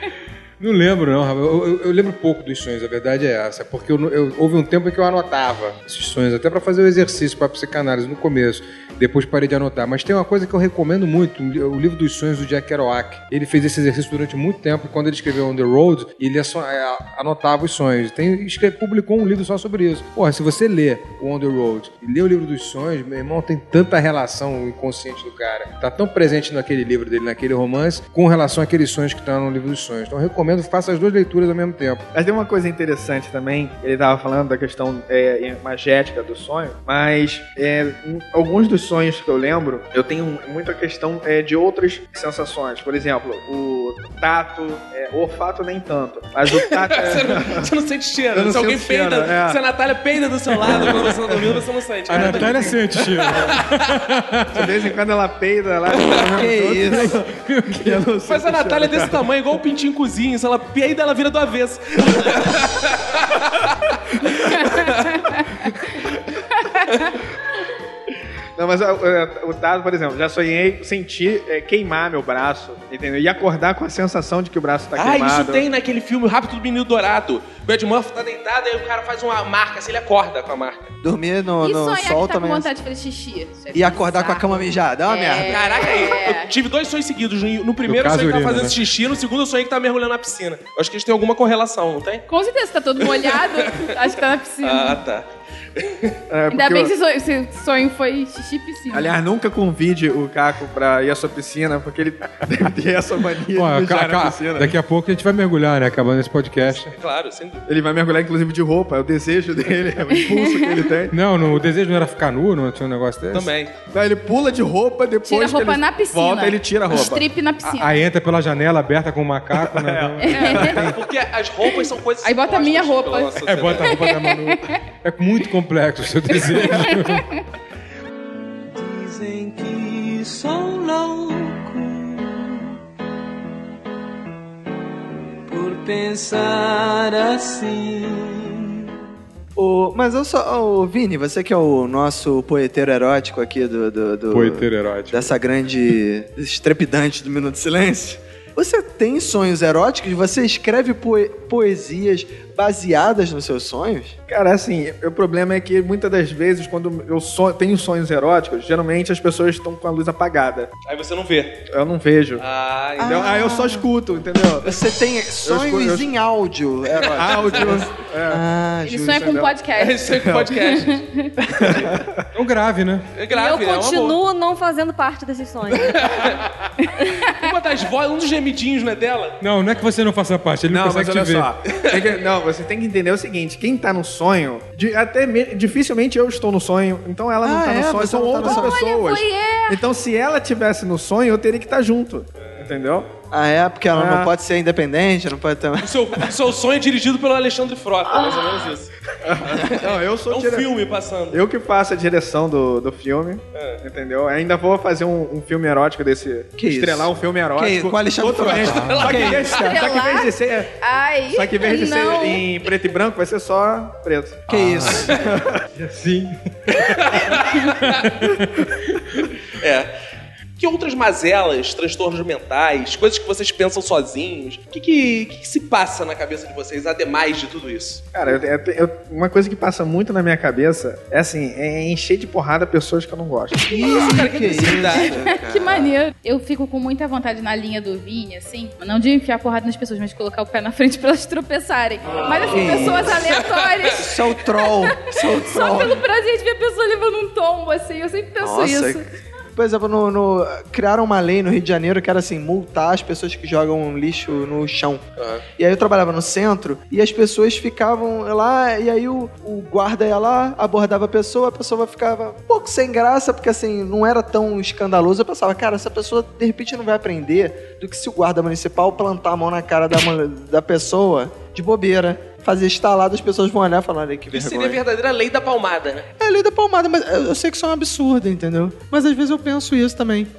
Não lembro, não, Rafa. Eu, eu, eu lembro pouco dos sonhos, a verdade é essa. Porque eu, eu, houve um tempo em que eu anotava esses sonhos, até pra fazer o exercício pra psicanálise no começo. Depois parei de anotar. Mas tem uma coisa que eu recomendo muito, o livro dos sonhos do Jack Kerouac. Ele fez esse exercício durante muito tempo, e quando ele escreveu On the Road, ele anotava os sonhos. Tem, escreve, publicou um livro só sobre isso. Porra, se você lê o On the Road e lê o livro dos sonhos, meu irmão, tem tanta relação inconsciente do cara. Tá tão presente naquele livro dele, naquele romance, com relação àqueles sonhos que estão no livro dos sonhos. Então eu recomendo que faça as duas leituras ao mesmo tempo. Mas tem uma coisa interessante também, ele tava falando da questão é, imagética do sonho, mas é, alguns dos sonhos que eu lembro, eu tenho muita questão é, de outras sensações. Por exemplo, o tato, é, o olfato nem tanto, mas o tato... É... você, não, você não sente cheiro. Não se alguém cheiro, peida, é. se a Natália peida do seu lado quando você tá dormindo, você não sente. A Natália sente cheiro. De vez em quando ela peida, ela... Que isso? Mas a Natália é desse tamanho, igual o pintinho cozinho. Se ela peida, ela vira do avesso. Não, mas o tato, por exemplo, já sonhei sentir é, queimar meu braço, entendeu? E acordar com a sensação de que o braço tá ah, queimado. Ah, isso tem naquele filme O Rápido do Menino Dourado. O Ed Murphy tá deitado, aí o cara faz uma marca, assim, ele acorda com a marca. Dormir no, E no sonhar sol que tá também. com vontade de fazer xixi. Isso é E acordar com a bizarro. cama mijada, é uma É. merda. Caraca, aí, eu tive dois sonhos seguidos. No primeiro eu caso, sonhei que tava urina, fazendo né? xixi, no segundo eu sonhei que tava mergulhando na piscina. Eu acho que eles têm alguma correlação, não tem? Com certeza, tá todo molhado, acho que tá na piscina. Ah, tá. É, Ainda porque bem eu- que esse sonho, esse sonho foi xixi e piscina. Aliás, nunca convide o Caco pra ir à sua piscina, porque ele deve ter essa mania Ó, de mijar ca- na ca- piscina. daqui a pouco a gente vai mergulhar, né? Acabando esse podcast. Claro, sem dúvida. Ele vai mergulhar, inclusive, de roupa. É o desejo dele, é o impulso que ele tem. Não, no, o desejo não era ficar nu, não tinha um negócio desse? Também. Não, ele pula de roupa, depois Tira a roupa que ele na piscina. volta, ele tira a roupa. Strip na piscina. Aí entra pela janela aberta com o macaco, né? É, porque as roupas são coisas Aí bota a minha impostas roupa. pela nossa É, bota a roupa da Manu. É muito complexo o seu desejo. Dizem que sou louco por pensar assim. O, mas eu só. Ô, Vini, você que é o nosso poeteiro erótico aqui do. do, do Poeteiro erótico. Dessa grande. Estrepidante do Minuto de Silêncio. Você tem sonhos eróticos? Você escreve poe- poesias baseadas nos seus sonhos? Cara, assim, o problema é que muitas das vezes, quando eu sonho, tenho sonhos eróticos, geralmente as pessoas estão com a luz apagada. Aí você não vê. Eu não vejo. Ah, Entendeu? Aí eu só escuto, entendeu? Você tem sonhos escu- eu- em áudio eróticos? Áudio. É. Ah, Ele justo. sonha com um É podcast. isso aí com podcast. É um grave, né? É E grave, eu né? É um amor. continuo não fazendo parte desses sonhos. Uma das vozes, um dos gemidinhos, não é dela? Não, não é que você não faça parte, ele não, Não, mas consegue olha te ver. só. Tem que- não, você tem que entender o seguinte: quem tá no sonho, di- até me- dificilmente eu estou no sonho, então ela não Ah, tá no é? sonho, Você são não tá outras no sonho. pessoas. Olha, foi é. Então, se ela tivesse no sonho, eu teria que estar junto. Entendeu? Ah, é? Porque ela Ah. não pode ser independente, não pode ter. O seu, o seu sonho é dirigido pelo Alexandre Frota, mais ou menos isso. Não, eu É sou um dire- filme passando. Eu que faço a direção do, do filme, entendeu? Ainda vou fazer um, um filme erótico desse. Que estrelar isso? um filme erótico. Que- com Alexandre totalmente- Frota. Só que em vez- Só que em vez de ser. Ai, Só que em vez de não. ser em preto e branco, vai ser só preto. Que isso? Sim. É. Que outras mazelas, transtornos mentais, coisas que vocês pensam sozinhos? O que, que, que que se passa na cabeça de vocês, ademais de tudo isso? Cara, eu- eu- eu- uma coisa que passa muito na minha cabeça é assim, é encher de porrada pessoas que eu não gosto. Isso, cara, que, que agressividade. isso? Que maneiro. Eu fico com muita vontade na linha do Vini, assim, não de enfiar porrada nas pessoas, mas de colocar o pé na frente pra elas tropeçarem. Mas assim, pessoas aleatórias, Isso é o troll. Isso é o só troll. pelo prazer de ver a pessoa levando um tombo, assim, eu sempre penso Nossa. isso. Por exemplo, no, no- criaram uma lei no Rio de Janeiro que era assim, multar as pessoas que jogam lixo no chão. E aí eu trabalhava no centro e as pessoas ficavam lá, e aí o, o guarda ia lá, abordava a pessoa, a pessoa ficava um pouco sem graça, porque assim, não era tão escandaloso. Eu pensava, cara, essa pessoa de repente não vai aprender do que se o guarda municipal plantar a mão na cara da, mole- da pessoa de bobeira. Fazer estalado, as pessoas vão olhar e falar, olha que Isso seria a vergonha. verdadeira lei da palmada, né? É a lei da palmada, mas eu, eu sei que isso é um absurdo, entendeu? Mas às vezes eu penso isso também.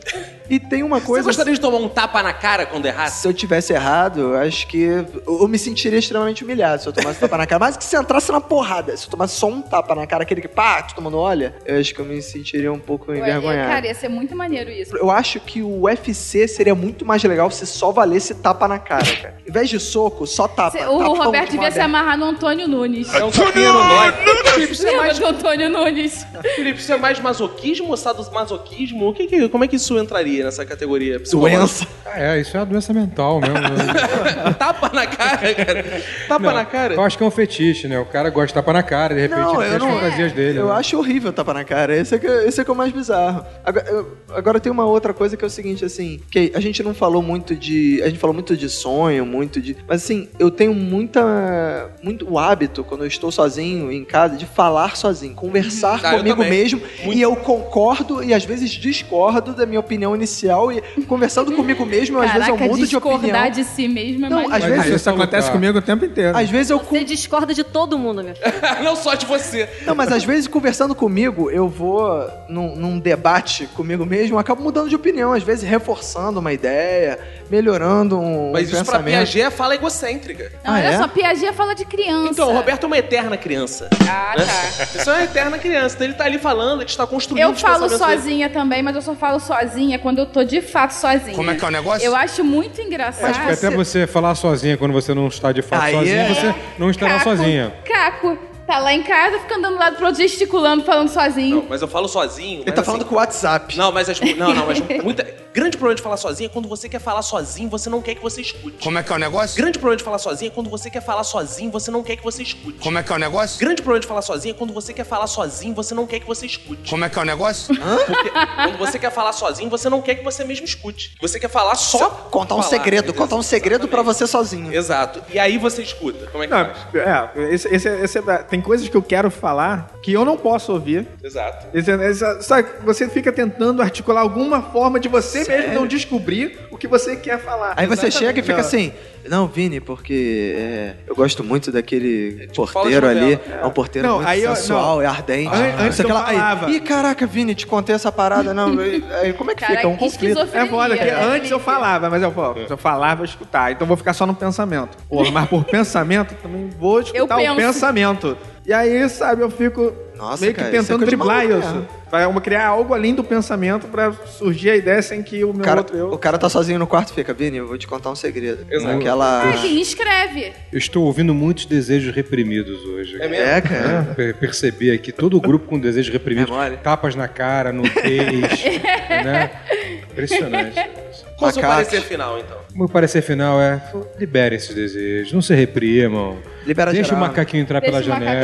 E tem uma coisa... Você gostaria de tomar um tapa na cara quando errasse? Se eu tivesse errado, eu acho que eu, eu me sentiria extremamente humilhado se eu tomasse um tapa na cara. Mas que se entrasse na porrada, se eu tomasse só um tapa na cara, aquele que, pá, todo mundo olha, eu acho que eu me sentiria um pouco Ué, envergonhado. Cara, ia ser muito maneiro isso. Eu acho que o U F C seria muito mais legal se só valesse tapa na cara, cara. Em vez de soco, só tapa. Cê, o Tapão Roberto de devia se madeira. amarrar no Antônio Nunes. É um tapinha no nóis. Felipe, você é Lembra mais... do Antônio Nunes? Felipe, você é mais masoquismo ou sadomasoquismo? O que que, como é que isso entraria nessa categoria psicológica? Doença. É, isso é uma doença mental mesmo. né? Tapa na cara, cara. Tapa Não, na cara. Eu acho que é um fetiche, né? O cara gosta de tapa na cara, de repente Não, ele tem eu as não- fantasias dele. Eu né? acho horrível tapa na cara. Esse é que, esse é que é o mais bizarro. Agora, eu- agora tem uma outra coisa que é o seguinte, assim, que a gente não falou muito de... A gente falou muito de sonho, muito de... Mas assim, eu tenho muita... Muito o hábito, quando eu estou sozinho em casa, de falar sozinho, conversar Ah, eu comigo também. mesmo. Muito. E eu concordo e às vezes discordo da minha opinião inicial. E conversando comigo mesmo, às vezes eu Caraca, mudo de discordar opinião. de si mesmo é Não, maneiro. às Ah, vezes- isso acontece comigo o tempo inteiro. Às vezes eu... Você discorda de todo mundo, meu filho. Não só de você. Não, mas às vezes conversando comigo, eu vou num, num debate comigo mesmo, eu acabo mudando de opinião, às vezes reforçando uma ideia, melhorando um Mas isso pra pensamento. Piaget é fala egocêntrica. Não, Ah, olha é? só, Piaget fala de criança. Então, o Roberto é uma eterna criança. Ah, né? tá. Isso é uma eterna criança. Então ele tá ali falando, ele está construindo Eu os falo pensamentos dele. sozinha também, mas eu só falo sozinha quando eu tô de fato sozinha. Como é que é o negócio? Eu acho muito engraçado. Acho que até você falar sozinha quando você não está de fato Aí sozinha, é- você não estará Caco, sozinha. Caco, tá lá em casa, fica andando do lado pro outro, gesticulando, falando sozinho. Não, mas eu falo sozinho. Ele mas tá assim- falando com o WhatsApp. Não, mas as, não, não, mas muita grande problema de falar sozinho é quando você quer falar sozinho, você não quer que você escute. Como é que é o negócio? Grande problema de falar sozinho é quando você quer falar sozinho, você não quer que você escute. Como é que é o negócio? Grande problema de falar sozinho é quando você quer falar sozinho, você não quer que você escute. Como é que é o negócio? Porque quando você quer falar sozinho, você não quer que você mesmo escute. Você quer falar só Contar um falar. segredo, contar um segredo pra você sozinho. Exato. E aí você escuta. Como é que Não, faz? é, esse, esse, esse é- tem coisas que eu quero falar que eu não posso ouvir. Exato. Esse- esse- sabe, você fica tentando articular alguma forma de você mesmo não descobrir o que você quer falar. Aí você Exatamente. chega e fica Não. assim, não, Vini, porque é, eu gosto muito daquele tipo, porteiro fala de ali. novela. É um porteiro Não, muito aí eu- sensual, não. é ardente. An- não antes sei o que eu lá. Aí, falava. Ih, caraca, Vini, te contei essa parada. Não, aí, aí como é que Caraca, fica? É um que conflito. esquizofrenia. É foda, que né, antes eu Felipe? falava, mas eu, pô, se eu falava, eu ia escutar. Então eu vou ficar só no pensamento. Pô, mas por pensamento, eu também vou escutar Eu o penso. pensamento. E aí, sabe, eu fico Nossa, meio que cara, isso é tentando coisa de driblar maluco, isso. né? Vai uma- criar algo além do pensamento pra surgir a ideia sem que o meu O cara, outro eu... o cara tá sozinho no quarto e fica, Vini, eu vou te contar um segredo. Exato. Aquela... Ah, quem escreve? Eu estou ouvindo muitos desejos reprimidos hoje. É mesmo? É, cara. É, percebi aqui, todo o grupo com desejos reprimidos. É mole. Tapas na cara, no queixo, né? Impressionante. Qual o seu Macacos. parecer final, então? O meu parecer final é, liberem esses desejos, não se reprimam. Libera Deixa geral. o macaquinho entrar Deixa pela o macaco-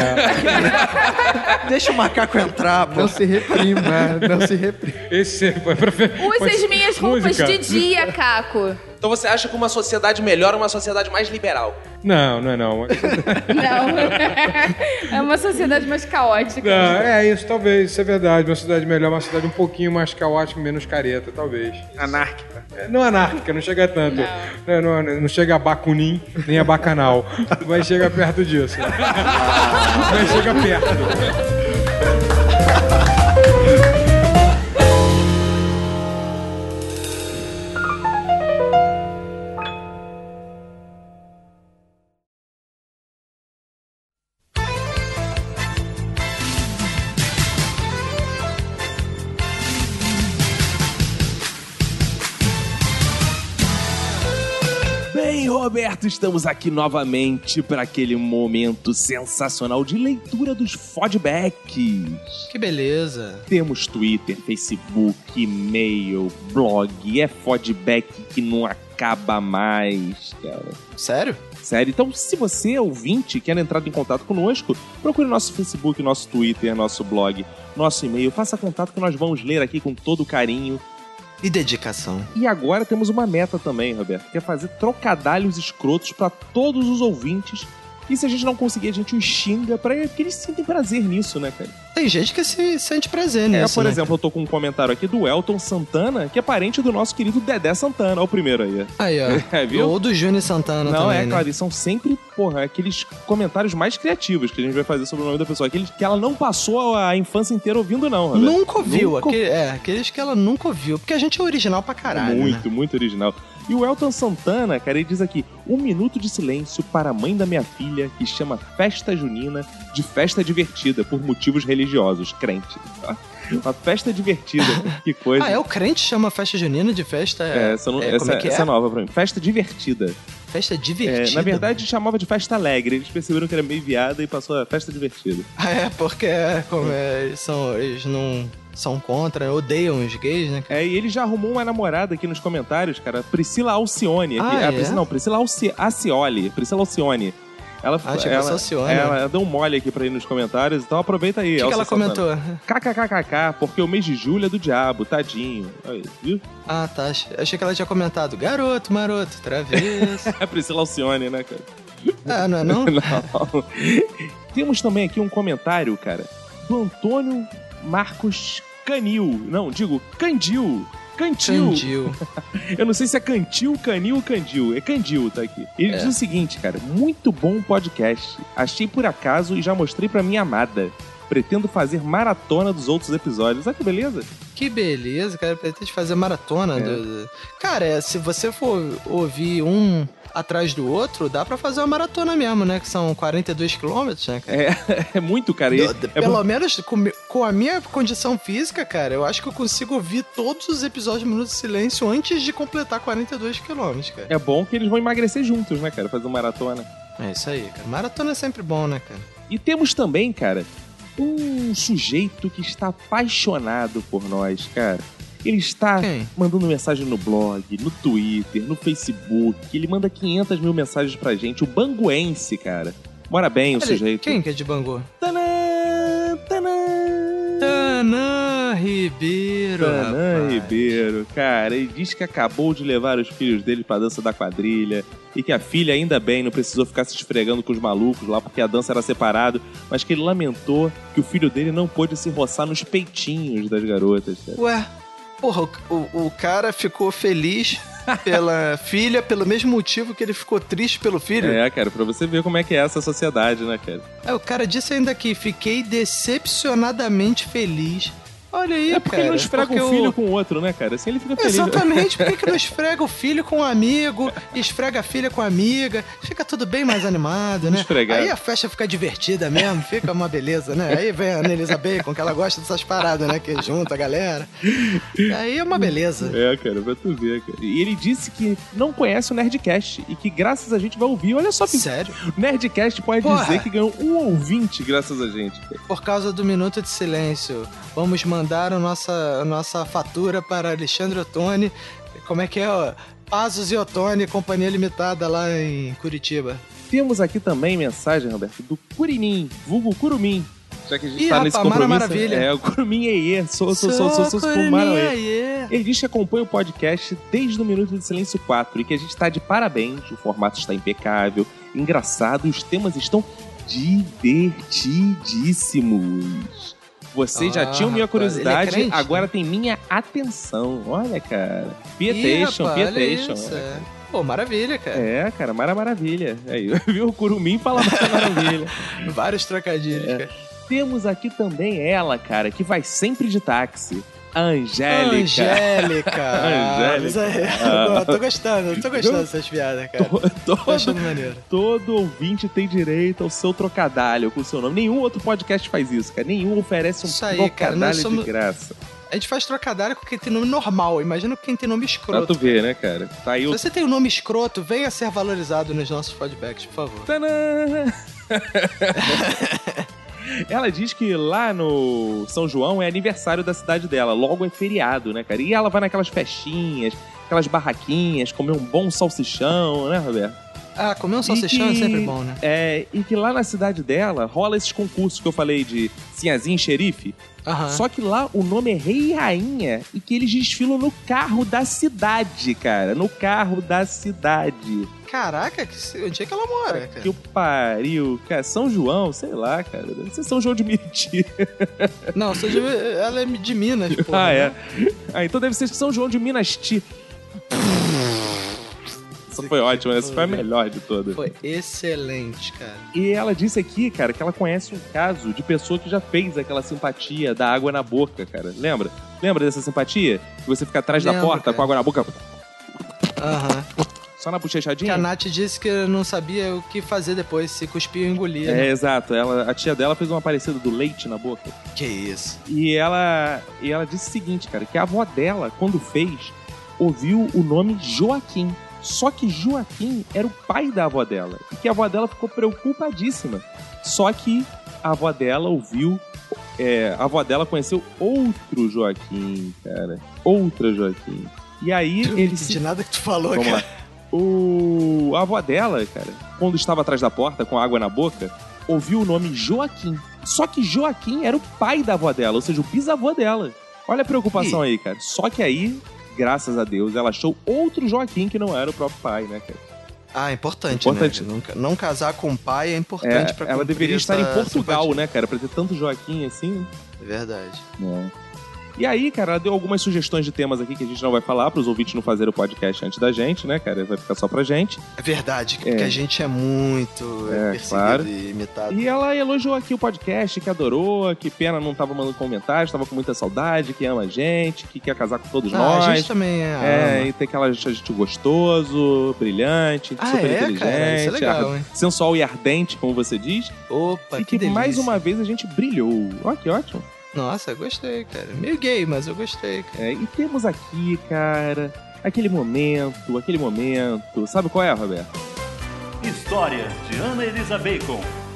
janela. Deixa o macaco entrar, pô. Não se reprima, não se reprima. Esse é... Use as minhas roupas Música. de dia, Caco. Então você acha que uma sociedade melhor é uma sociedade mais liberal? Não, não é não. Não. É uma sociedade mais caótica. Não, é isso, talvez, isso é verdade. Uma cidade melhor, uma cidade um pouquinho mais caótica, menos careta, talvez. Anárquica. É, não anárquica, não chega tanto. Não. Não, não, não chega a Bacunim, nem a Bacanal. Mas chega perto disso. Mas chega perto. Bem, Roberto, estamos aqui novamente para aquele momento sensacional de leitura dos feedbacks. Que beleza. Temos Twitter, Facebook, e-mail, blog, é feedback que não acaba mais, cara. Sério? Sério, então se você, ouvinte, quer entrar em contato conosco, procure nosso Facebook, nosso Twitter, nosso blog, nosso e-mail, faça contato que nós vamos ler aqui com todo carinho. E dedicação. E agora temos uma meta também, Roberto, que é fazer trocadalhos escrotos pra todos os ouvintes. E se a gente não conseguir, a gente os xinga pra que eles sentem prazer nisso, né, cara? Tem gente que se sente prazer É, nisso, por né? exemplo, eu tô com um comentário aqui do Elton Santana, que é parente do nosso querido Dedé Santana. Olha o primeiro aí. Aí, ó. É, viu? Ou do Júnior Santana Não, também, é, né? claro, e são sempre, porra, aqueles comentários mais criativos que a gente vai fazer sobre o nome da pessoa. Aqueles que ela não passou a infância inteira ouvindo, não, Roberto. Nunca ouviu. Nunca... Aquele, é, aqueles que ela nunca ouviu. Porque a gente é original pra caralho, Muito, né? muito original. E o Elton Santana, cara, ele diz aqui: um minuto de silêncio para a mãe da minha filha, que chama Festa Junina de festa divertida por motivos religiosos, crente. Uma festa divertida, que coisa. Ah, é o crente chama festa junina de festa? É, essa, não, é, essa, como é que é? essa é nova pra mim. Festa divertida. Festa divertida? É, na verdade, chamava de festa alegre. Eles perceberam que era meio viada e passou a festa divertida. Ah, é, porque como é, eles, são, eles não são contra, odeiam os gays, né? É, e ele já arrumou uma namorada aqui nos comentários, cara. Priscila Alcione. Aqui, Ah, ah, é? Priscila, não, Priscila Alci, Acioli. Priscila Alcione. Ela, Ah, tipo, ela, Alcione. ela deu um mole aqui pra ir nos comentários, então aproveita aí. O que, que ela comentou? KKKKK, porque o mês de julho é do diabo, tadinho. Aí, viu? Ah, tá. Achei que ela tinha comentado. Garoto, maroto, travesso. É Priscila Alcione, né, cara? Ah, não é não? Não. Temos também aqui um comentário, cara, do Antônio Marcos Canil. Não, digo, Candil. Cantil. Candil. Eu não sei se é Cantil, Canil ou Candil. É Candil, tá aqui. Ele É. diz o seguinte, cara. Muito bom podcast. Achei por acaso e já mostrei pra minha amada. Pretendo fazer maratona dos outros episódios. Olha que beleza. Que beleza, cara. Pretende fazer maratona. É. Do, do... Cara, é, se você for ouvir um atrás do outro, dá pra fazer uma maratona mesmo, né? Que são quarenta e dois quilômetros, né, cara? É, é muito, cara. E- Do- é Pelo bom- menos com, me- com a minha condição física, cara, eu acho que eu consigo ouvir todos os episódios de Minuto de Silêncio antes de completar quarenta e dois quilômetros, cara. É bom que eles vão emagrecer juntos, né, cara? Fazer maratona. É isso aí, cara. Maratona é sempre bom, né, cara? E temos também, cara, um sujeito que está apaixonado por nós, cara. Ele está Quem? mandando mensagem no blog, no Twitter, no Facebook. Ele manda quinhentas mil mensagens pra gente. O Banguense, cara. Mora bem o Olha, sujeito. Quem que é de Bangu? Tanã, tanã. Tanã Ribeiro, Tanã rapaz. Ribeiro, cara, ele diz que acabou de levar os filhos dele pra dança da quadrilha e que a filha, ainda bem, não precisou ficar se esfregando com os malucos lá porque a dança era separado, mas que ele lamentou que o filho dele não pôde se roçar nos peitinhos das garotas, cara. Ué, porra, o, o, o cara ficou feliz pela filha pelo mesmo motivo que ele ficou triste pelo filho. É, cara, pra você ver como é que é essa sociedade, né, cara? É, o cara disse ainda que fiquei decepcionadamente feliz. Olha aí, É porque cara. ele não esfrega porque um filho com o outro, né, cara? Assim ele fica feliz. Exatamente, por que que não esfrega o filho com um amigo, esfrega a filha com a amiga, fica tudo bem mais animado, né? Esfregar. Aí a festa fica divertida mesmo, fica uma beleza, né? Aí vem a Annelisa Bacon, que ela gosta dessas paradas, né? Que junta a galera. Aí é uma beleza. É, cara, pra tu ver, cara. E ele disse que não conhece o Nerdcast e que graças a gente vai ouvir. Olha só, Sério? o Nerdcast pode Porra. dizer que ganhou um ouvinte graças a gente, cara. Por causa do Minuto de Silêncio, vamos mandar a nossa, a nossa fatura para Alexandre Ottoni. Como é que é, ó? Pazos e Ottoni, Companhia Limitada lá em Curitiba. Temos aqui também mensagem, Roberto, do Curinim, vulgo Curumim. Já que a gente Ih, tá rapaz, nesse Mara compromisso. Maravilha. É, o Curumim Eie, sou, sou, sou, sou, sou, sou, sou Curumim. Ele diz que acompanha o podcast desde o Minuto de Silêncio quatro e que a gente tá de parabéns, o formato está impecável, engraçado e os temas estão divertidíssimos. Vocês já Ah, tinham minha rapaz, curiosidade, ele é crente, agora né? tem minha atenção. Olha, cara. Ih, Pietation, rapaz, olha Pietation. isso, é. é. Pô, maravilha, cara. É, cara, Mara Maravilha. Aí, viu? O Curumim fala Mara Maravilha. Vários trocadilhos, É. cara. Temos aqui também ela, cara, que vai sempre de táxi. A Angélica. Angélica. Angélica. Isso aí. Ah. Pô, tô gostando, tô gostando dessas piadas, cara. Tô- Tô achando todo, maneiro. todo ouvinte tem direito ao seu trocadalho com o seu nome. Nenhum outro podcast faz isso, cara. Nenhum oferece um Isso aí, trocadalho cara, nós somos- de graça. A gente faz trocadilho com quem tem nome normal. Imagina quem tem nome Pra escroto. tu ver, né, cara? Tá aí Se o... você tem um nome escroto, venha ser valorizado nos nossos feedbacks, por favor. Tadã! Ela diz que lá no São João é aniversário da cidade dela, logo é feriado, né, cara? E ela vai naquelas festinhas, aquelas barraquinhas, comer um bom salsichão, né, Roberto? Ah, comer um salsichão é sempre bom, né? É, e que lá na cidade dela rola esses concursos que eu falei de Sinhazinha e Xerife. Aham. Só que lá o nome é Rei e Rainha e que eles desfilam no carro da cidade, cara. No carro da cidade. Caraca, que, onde é que ela mora, cara? Que o pariu, cara. São João, sei lá, cara. Deve ser São João de Meriti. Não, São João, ela é de Minas, pô. Ah, né? é. Ah, então deve ser São João de Minas Ti. Essa foi ótima, essa foi a melhor de todas. Foi excelente, cara. E ela disse aqui, cara, que ela conhece um caso de pessoa que já fez aquela simpatia da água na boca, cara. Lembra? Lembra dessa simpatia? Que você fica atrás Lembro, da porta cara. com água na boca. Aham. Só na bochechadinha? Que a Nath disse que não sabia o que fazer depois, se cuspir ou engolir. É, né? exato. Ela, a tia dela fez uma parecida do leite na boca. Que isso. E ela, e ela disse o seguinte, cara, que a avó dela, quando fez, ouviu o nome Joaquim. Só que Joaquim era o pai da avó dela. E que a avó dela ficou preocupadíssima. Só que a avó dela ouviu... É, a avó dela conheceu outro Joaquim, cara. Outra Joaquim. E aí Eu ele não entendi se... nada que tu falou, Vamos cara. lá. O... A avó dela, cara, quando estava atrás da porta com água na boca, ouviu o nome Joaquim. Só que Joaquim era o pai da avó dela, ou seja, o bisavô dela. Olha a preocupação Ih. aí, cara. Só que aí... Graças a Deus, ela achou outro Joaquim que não era o próprio pai, né, cara? Ah, importante, Importante. né? Não, não casar com o pai é importante É, pra ela cumprir deveria estar em essa Portugal, simpatia. né, cara? Pra ter tanto Joaquim assim. É verdade. É. E aí, cara, ela deu algumas sugestões de temas aqui que a gente não vai falar, pros ouvintes não fazerem o podcast antes da gente, né, cara? Vai ficar só pra gente. É verdade, É. porque a gente é muito É, perseguido claro. e imitado. E ela elogiou aqui o podcast, que adorou, que pena não tava mandando comentários, tava com muita saudade, que ama a gente, que quer casar com todos Ah, nós. a gente também é. É, ama. e tem aquela gente gostoso, brilhante, Ah, super é, inteligente, cara? Isso é legal, ar- hein? sensual e ardente, como você diz. Opa, e que, que, mais delícia. uma vez a gente brilhou. Ó, que ótimo. Nossa, gostei, cara. Meio gay, mas eu gostei, cara. É, e temos aqui, cara, aquele momento, aquele momento. Sabe qual é, Roberto? Histórias de Ana Elisa Bacon.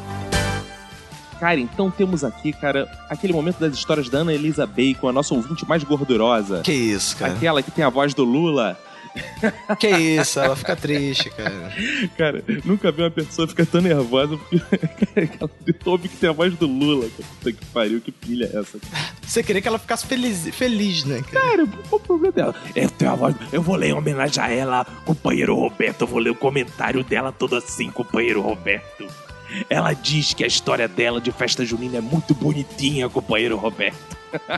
Cara, então temos aqui, cara, aquele momento das histórias da Ana Elisa Bacon, a nossa ouvinte mais gordurosa. Que isso, cara. Aquela que tem a voz do Lula. Que isso, ela fica triste, cara. Cara, nunca vi uma pessoa ficar tão nervosa porque ela soube que tem a voz do Lula. Puta que pariu, que pilha é essa? Você queria que ela ficasse feliz, feliz, né, cara? Cara, qual o problema dela? Eu tenho a voz. Eu vou ler em homenagem a ela, companheiro Roberto. Eu vou ler o comentário dela todo assim, companheiro Roberto. Ela diz que a história dela de festa junina é muito bonitinha, companheiro Roberto.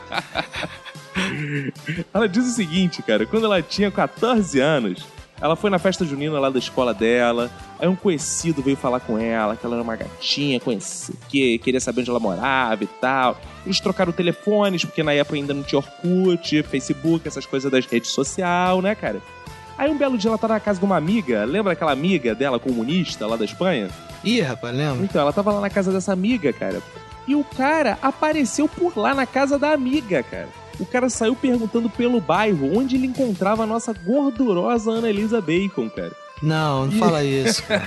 Ela diz o seguinte, cara, quando ela tinha quatorze anos, ela foi na festa junina lá da escola dela, aí um conhecido veio falar com ela, que ela era uma gatinha, conheci, que queria saber onde ela morava e tal. Eles trocaram telefones, porque na época ainda não tinha Orkut, Facebook, essas coisas das redes sociais, né, cara? Aí um belo dia ela tá na casa de uma amiga, lembra aquela amiga dela, comunista, lá da Espanha? Ih, rapaz, lembra? Então, ela tava lá na casa dessa amiga, cara. E o cara apareceu por lá na casa da amiga, cara. O cara saiu perguntando pelo bairro onde ele encontrava a nossa gordurosa Ana Elisa Bacon, cara. Não, não fala isso, cara.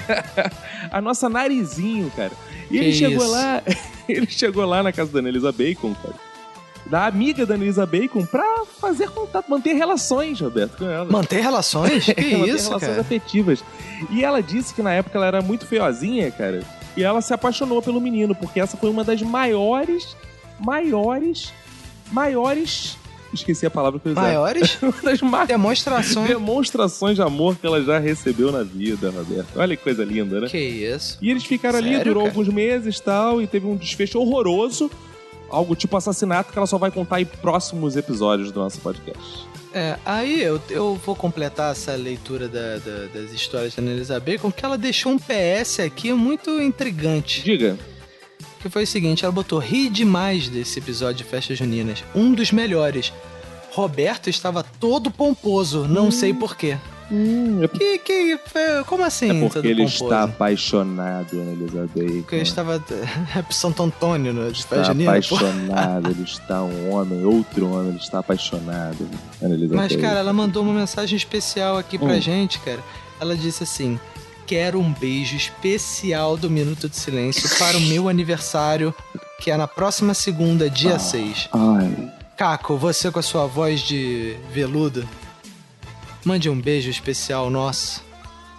A nossa Narizinho, cara. E Que ele chegou isso? lá, ele chegou lá na casa da Ana Elisa Bacon, cara. Da amiga da Ana Elisa Bacon pra fazer contato, manter relações, Roberto, com ela. Manter relações? Que manter isso, relações cara? afetivas. E ela disse que na época ela era muito feiozinha, cara. E ela se apaixonou pelo menino, porque essa foi uma das maiores, maiores, maiores... Esqueci a palavra que eu ia usar. Maiores? Uma das ma- Demonstrações. Demonstrações de amor que ela já recebeu na vida, Roberto. Olha que coisa linda, né? Que isso? E eles ficaram ali, Sério, durou cara? alguns meses e tal, e teve um desfecho horroroso. Algo tipo assassinato que ela só vai contar em próximos episódios do nosso podcast. É, aí eu, eu vou completar essa leitura da- da- das histórias da Ana Elisa Bacon, que ela deixou um P S aqui muito intrigante. Diga. Que foi o seguinte, ela botou: ri demais desse episódio de Festas Juninas. Um dos melhores. Roberto estava todo pomposo, não Hum. sei porquê. Hum, é Que, que, como assim É porque todo ele pomposo? está apaixonado, Ana Elisa Bacon. Porque eu estava é pro Santo Antônio no de Está Festa Junina, pô. apaixonado, ele está um homem, outro homem, ele está apaixonado, Ana Elisa Mas, Bacon. cara, ela mandou uma mensagem especial aqui pra Hum. gente, cara. Ela disse assim: quero um beijo especial do Minuto de Silêncio para o meu aniversário, que é na próxima segunda, dia seis. Ai. Caco, você com a sua voz de veludo, mande um beijo especial nosso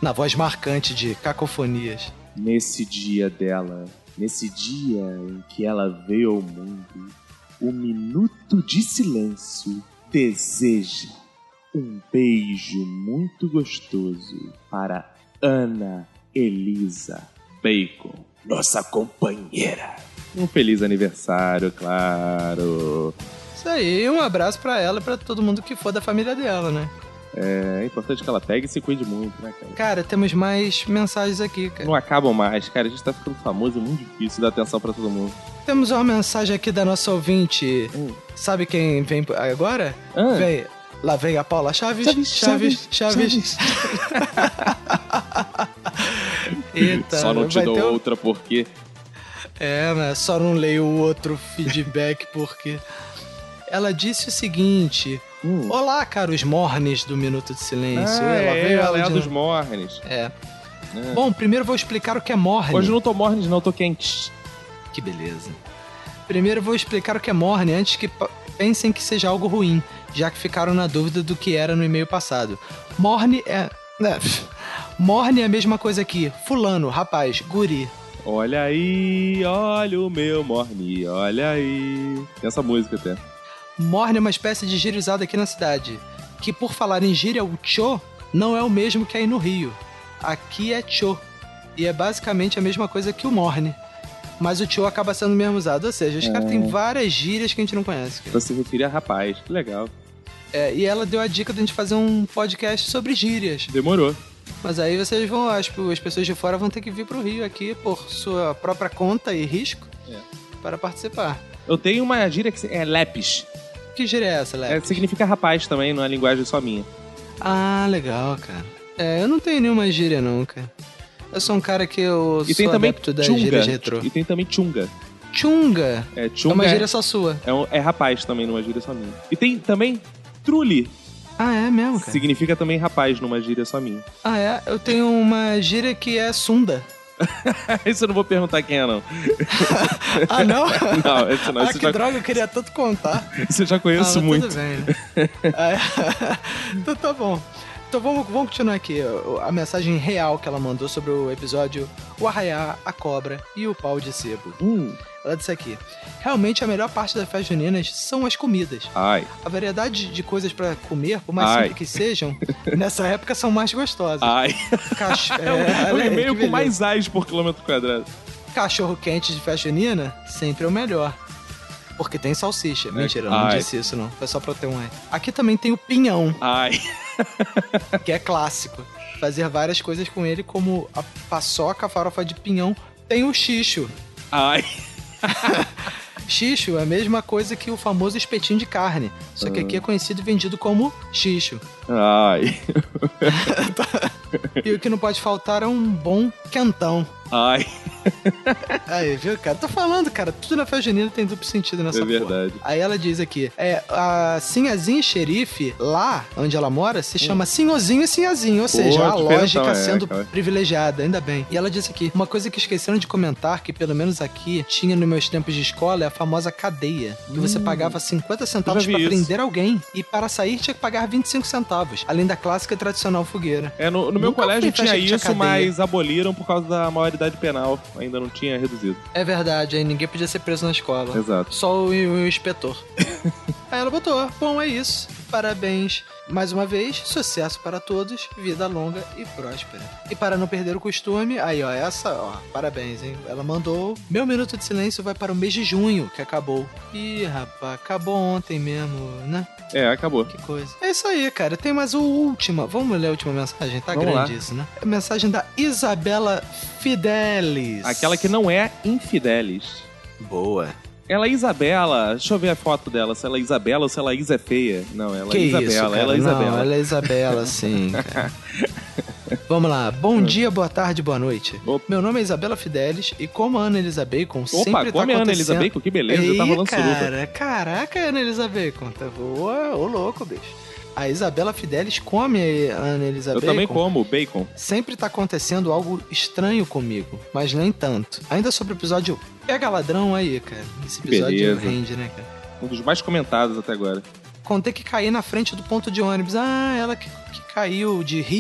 Na voz marcante de Cacofonias. Nesse dia dela, nesse dia em que ela veio ao mundo, o minuto de silêncio deseja um beijo muito gostoso para Ana Elisa Bacon, nossa companheira. Um feliz aniversário, claro. Isso aí, um abraço pra ela e pra todo mundo que for da família dela, né? É, é importante que ela pegue e se cuide muito, né, cara? Cara, temos mais mensagens aqui, cara. Não acabam mais, cara. A gente tá ficando famoso, é muito difícil dar atenção pra todo mundo. Temos uma mensagem aqui da nossa ouvinte. Hum. Sabe quem vem agora? Ah. Vem. Lá vem a Paula Chaves. Chaves, Chaves, Chaves. Chaves. Eita, só não te vai dou ter um- outra porque... É, mas só não leio o outro feedback porque... Ela disse o seguinte... Hum. Olá, caros mornes do Minuto de Silêncio. Ah, ela é, veio ela é ela de... dos mornes. É. É. Bom, primeiro vou explicar o que é morne. Hoje eu não tô mornes, não, eu tô quente. Que beleza. Primeiro eu vou explicar o que é morne antes que pa- pensem que seja algo ruim, já que ficaram na dúvida do que era no e-mail passado. Morne é... é, Morne é a mesma coisa que fulano, rapaz, guri. Olha aí, olha o meu morne, olha aí. Tem essa música até. Morne é uma espécie de gíria usada aqui na cidade, que por falar em gíria, o tchô não é o mesmo que aí no Rio. Aqui é tchô, e é basicamente a mesma coisa que o morne. Mas o tchô acaba sendo mesmo usado, ou seja, os É. caras têm várias gírias que a gente não conhece. Cara. Pra se referir a rapaz, que legal. É, e ela deu a dica de a gente fazer um podcast sobre gírias. Demorou. Mas aí vocês vão, as, as pessoas de fora vão ter que vir pro Rio aqui por sua própria conta e risco É. para participar. Eu tenho uma gíria que é lápis. Que gíria é essa, Léo? É, significa rapaz também, não é linguagem só minha. Ah, legal, cara. É, eu não tenho nenhuma gíria não, cara. Eu sou um cara que eu E sou tem também adepto das chunga. gírias retrô. E tem também chunga. Chunga? É, É chunga uma gíria só sua. é, um- é rapaz também, numa gíria só minha. E tem também trule. Ah, é mesmo, cara? Significa também rapaz, numa gíria só minha. Ah, é? Eu tenho uma gíria que é sunda. Isso eu não vou perguntar quem é, não. Ah, não? Não, esse não. Ah, Esse que já, droga, eu queria tanto contar. esse eu já conheço Ah, mas muito. Tudo bem, né? Ah, é? Então tá bom. Então vamos, vamos continuar aqui. A mensagem real que ela mandou sobre o episódio O Arraiá, a Cobra e o Pau de Sebo. Hum. Ela disse aqui: realmente a melhor parte das festas juninas são as comidas. Ai. A variedade de coisas pra comer, por mais Ai. simples que sejam, nessa época são mais gostosas. Ai. Cach... É um, é, um é, e-mail que com mais ais por quilômetro quadrado. Cachorro quente de festa junina, sempre é o melhor. Porque tem salsicha. Mentira, eu não Ai. disse isso não. Foi só pra ter um ai. Aqui também tem o pinhão, Ai. que é clássico. Fazer várias coisas com ele, como a paçoca, a farofa de pinhão. Tem o xixo. Ai. Xixo é a mesma coisa que o famoso espetinho de carne. Só que aqui é conhecido e vendido como xixo. Ai. E o que não pode faltar é um bom quentão. Ai. Aí, viu, cara? Tô falando, cara. Tudo na festa junina tem duplo sentido nessa É porra. verdade. Aí ela diz aqui, é, a Sinhazinha Xerife, lá onde ela mora, se chama Sinhozinho e Sinhazinho, ou seja, a diferentão, lógica é, sendo cara. privilegiada, ainda bem. E ela diz aqui, uma coisa que esqueceram de comentar, que pelo menos aqui tinha nos meus tempos de escola, é a famosa cadeia, que você pagava cinquenta centavos Hum. Eu já pra vi isso. prender alguém, e para sair tinha que pagar vinte e cinco centavos, além da clássica e tradicional fogueira. É, no, no meu Nunca colégio fui festa tinha que tinha isso, cadeia. mas aboliram por causa da maioridade penal. Ainda não tinha reduzido. É verdade, aí ninguém podia ser preso na escola. Exato. Só o, o inspetor. Aí ela botou, bom, é isso. Parabéns. Mais uma vez, sucesso para todos, vida longa e próspera. E para não perder o costume, aí ó, essa, ó, parabéns, hein? Ela mandou, meu minuto de silêncio vai para o mês de junho, que acabou. Ih, rapaz, acabou ontem mesmo, né? É, acabou. Que coisa. É isso aí, cara. Tem mais uma última. Vamos ler a última mensagem? Tá Vamos grande lá. isso, né? É a mensagem da Isabela Fidelis. Aquela que não é infidelis. Boa. Ela é Isabela. Deixa eu ver a foto dela. Se ela é Isabela ou se ela é Isa feia. Não, ela Que é Isabela. isso, cara? Ela é Isabela. Não, ela é Isabela, sim, cara. Vamos lá. Bom dia, boa tarde, boa noite. Opa. Meu nome é Isabela Fidelis e como a Ana Elisa Bacon sempre Opa, tá come a acontecendo... Ana Elisa Bacon, que beleza. Eu tava Ih, falando suruba. cara, caraca, Ana Elisa Bacon. Tá boa, ô louco, bicho. A Isabela Fidelis come a Ana Elisa Eu Bacon. também como bacon. Sempre tá acontecendo algo estranho comigo, mas nem tanto. Ainda sobre o episódio Pega Ladrão aí, cara. Esse episódio Beleza. rende, né, cara? Um dos mais comentados até agora. Contei que caí na frente do ponto de ônibus. Ah, ela que, que caiu de rir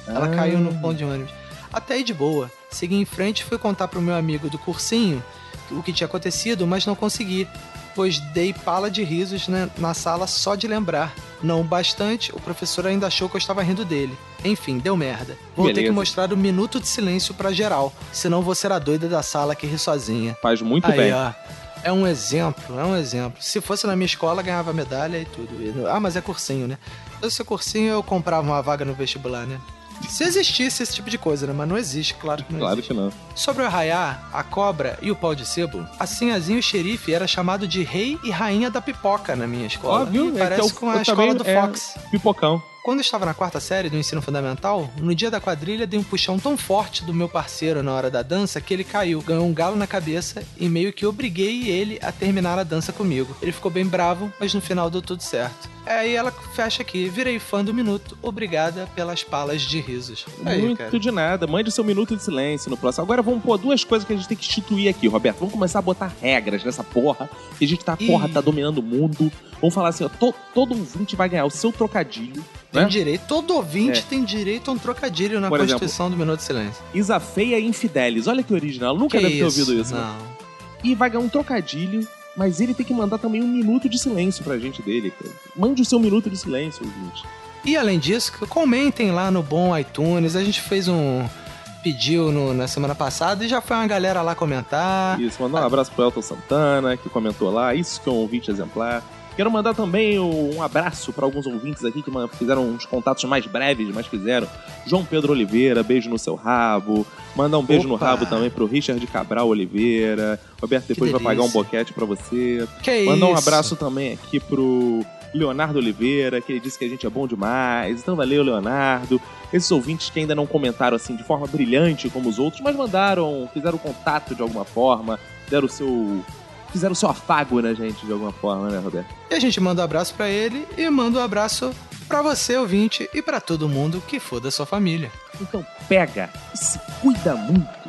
Ela Ah. caiu no ponto de ônibus. Até aí de boa. Segui em frente e fui contar pro meu amigo do cursinho o que tinha acontecido, mas não consegui, pois dei pala de risos né, na sala só de lembrar. Não o bastante, o professor ainda achou que eu estava rindo dele. Enfim, deu merda. Vou Beleza. ter que mostrar o minuto de silêncio pra geral, senão vou ser a doida da sala que ri sozinha. Faz muito Aí, bem. ó. É um exemplo, é um exemplo. Se fosse na minha escola, ganhava medalha e tudo. E- Ah, mas é cursinho, né? Se fosse cursinho, eu comprava uma vaga no vestibular, né? Se existisse esse tipo de coisa, né? Mas não existe, claro que não Claro existe. que não. Sobre o arraiá, a cobra e o pau de sebo, a Sinhazinha e o xerife era chamado de rei e rainha da pipoca na minha escola. Óbvio, E é que parece eu- com a eu escola também- do é, Fox. Pipocão. Quando eu estava na quarta série do ensino fundamental, no dia da quadrilha dei um puxão tão forte do meu parceiro na hora da dança que ele caiu, ganhou um galo na cabeça e meio que obriguei ele a terminar a dança comigo. Ele ficou bem bravo, mas no final deu tudo certo. Aí ela fecha aqui, virei fã do Minuto, obrigada pelas palas de risos. Aí, Muito cara. de nada. Mande seu minuto de silêncio no próximo. Agora vamos pôr duas coisas que a gente tem que instituir aqui, Roberto. Vamos começar a botar regras nessa porra. Que a gente tá, Ih. porra, tá dominando o mundo. Vamos falar assim, ó, to- todo ouvinte vai ganhar o seu trocadilho. Tem né? direito, todo ouvinte É. tem direito a um trocadilho na Por exemplo, Constituição do Minuto de Silêncio. Isa Feia Infidelis. Olha que original. Nunca Que deve ter isso? ouvido isso. né? Não. E vai ganhar um trocadilho, mas ele tem que mandar também um minuto de silêncio pra gente dele, cara. Mande o seu minuto de silêncio, ouvinte. E além disso, comentem lá no bom iTunes. A gente fez um... Pediu no- na semana passada e já foi uma galera lá comentar. Isso, mandar um abraço pro Elton Santana, que comentou lá. Isso que é um ouvinte exemplar. Quero mandar também um abraço para alguns ouvintes aqui que man- fizeram uns contatos mais breves, mas fizeram. João Pedro Oliveira, beijo no seu rabo. Mandar um beijo no Opa. rabo também pro Richard Cabral Oliveira. Roberto depois vai delícia. pagar um boquete pra você. Que Mandar um isso? abraço também aqui pro Leonardo Oliveira, que ele disse que a gente é bom demais. Então valeu, Leonardo. Esses ouvintes que ainda não comentaram assim de forma brilhante como os outros, mas mandaram, fizeram contato de alguma forma, deram o seu... Fizeram o seu afago na gente de alguma forma, né, Roberto? E a gente manda um abraço pra ele e manda um abraço pra você, ouvinte, e pra todo mundo que for da sua família. Então pega e se cuida muito.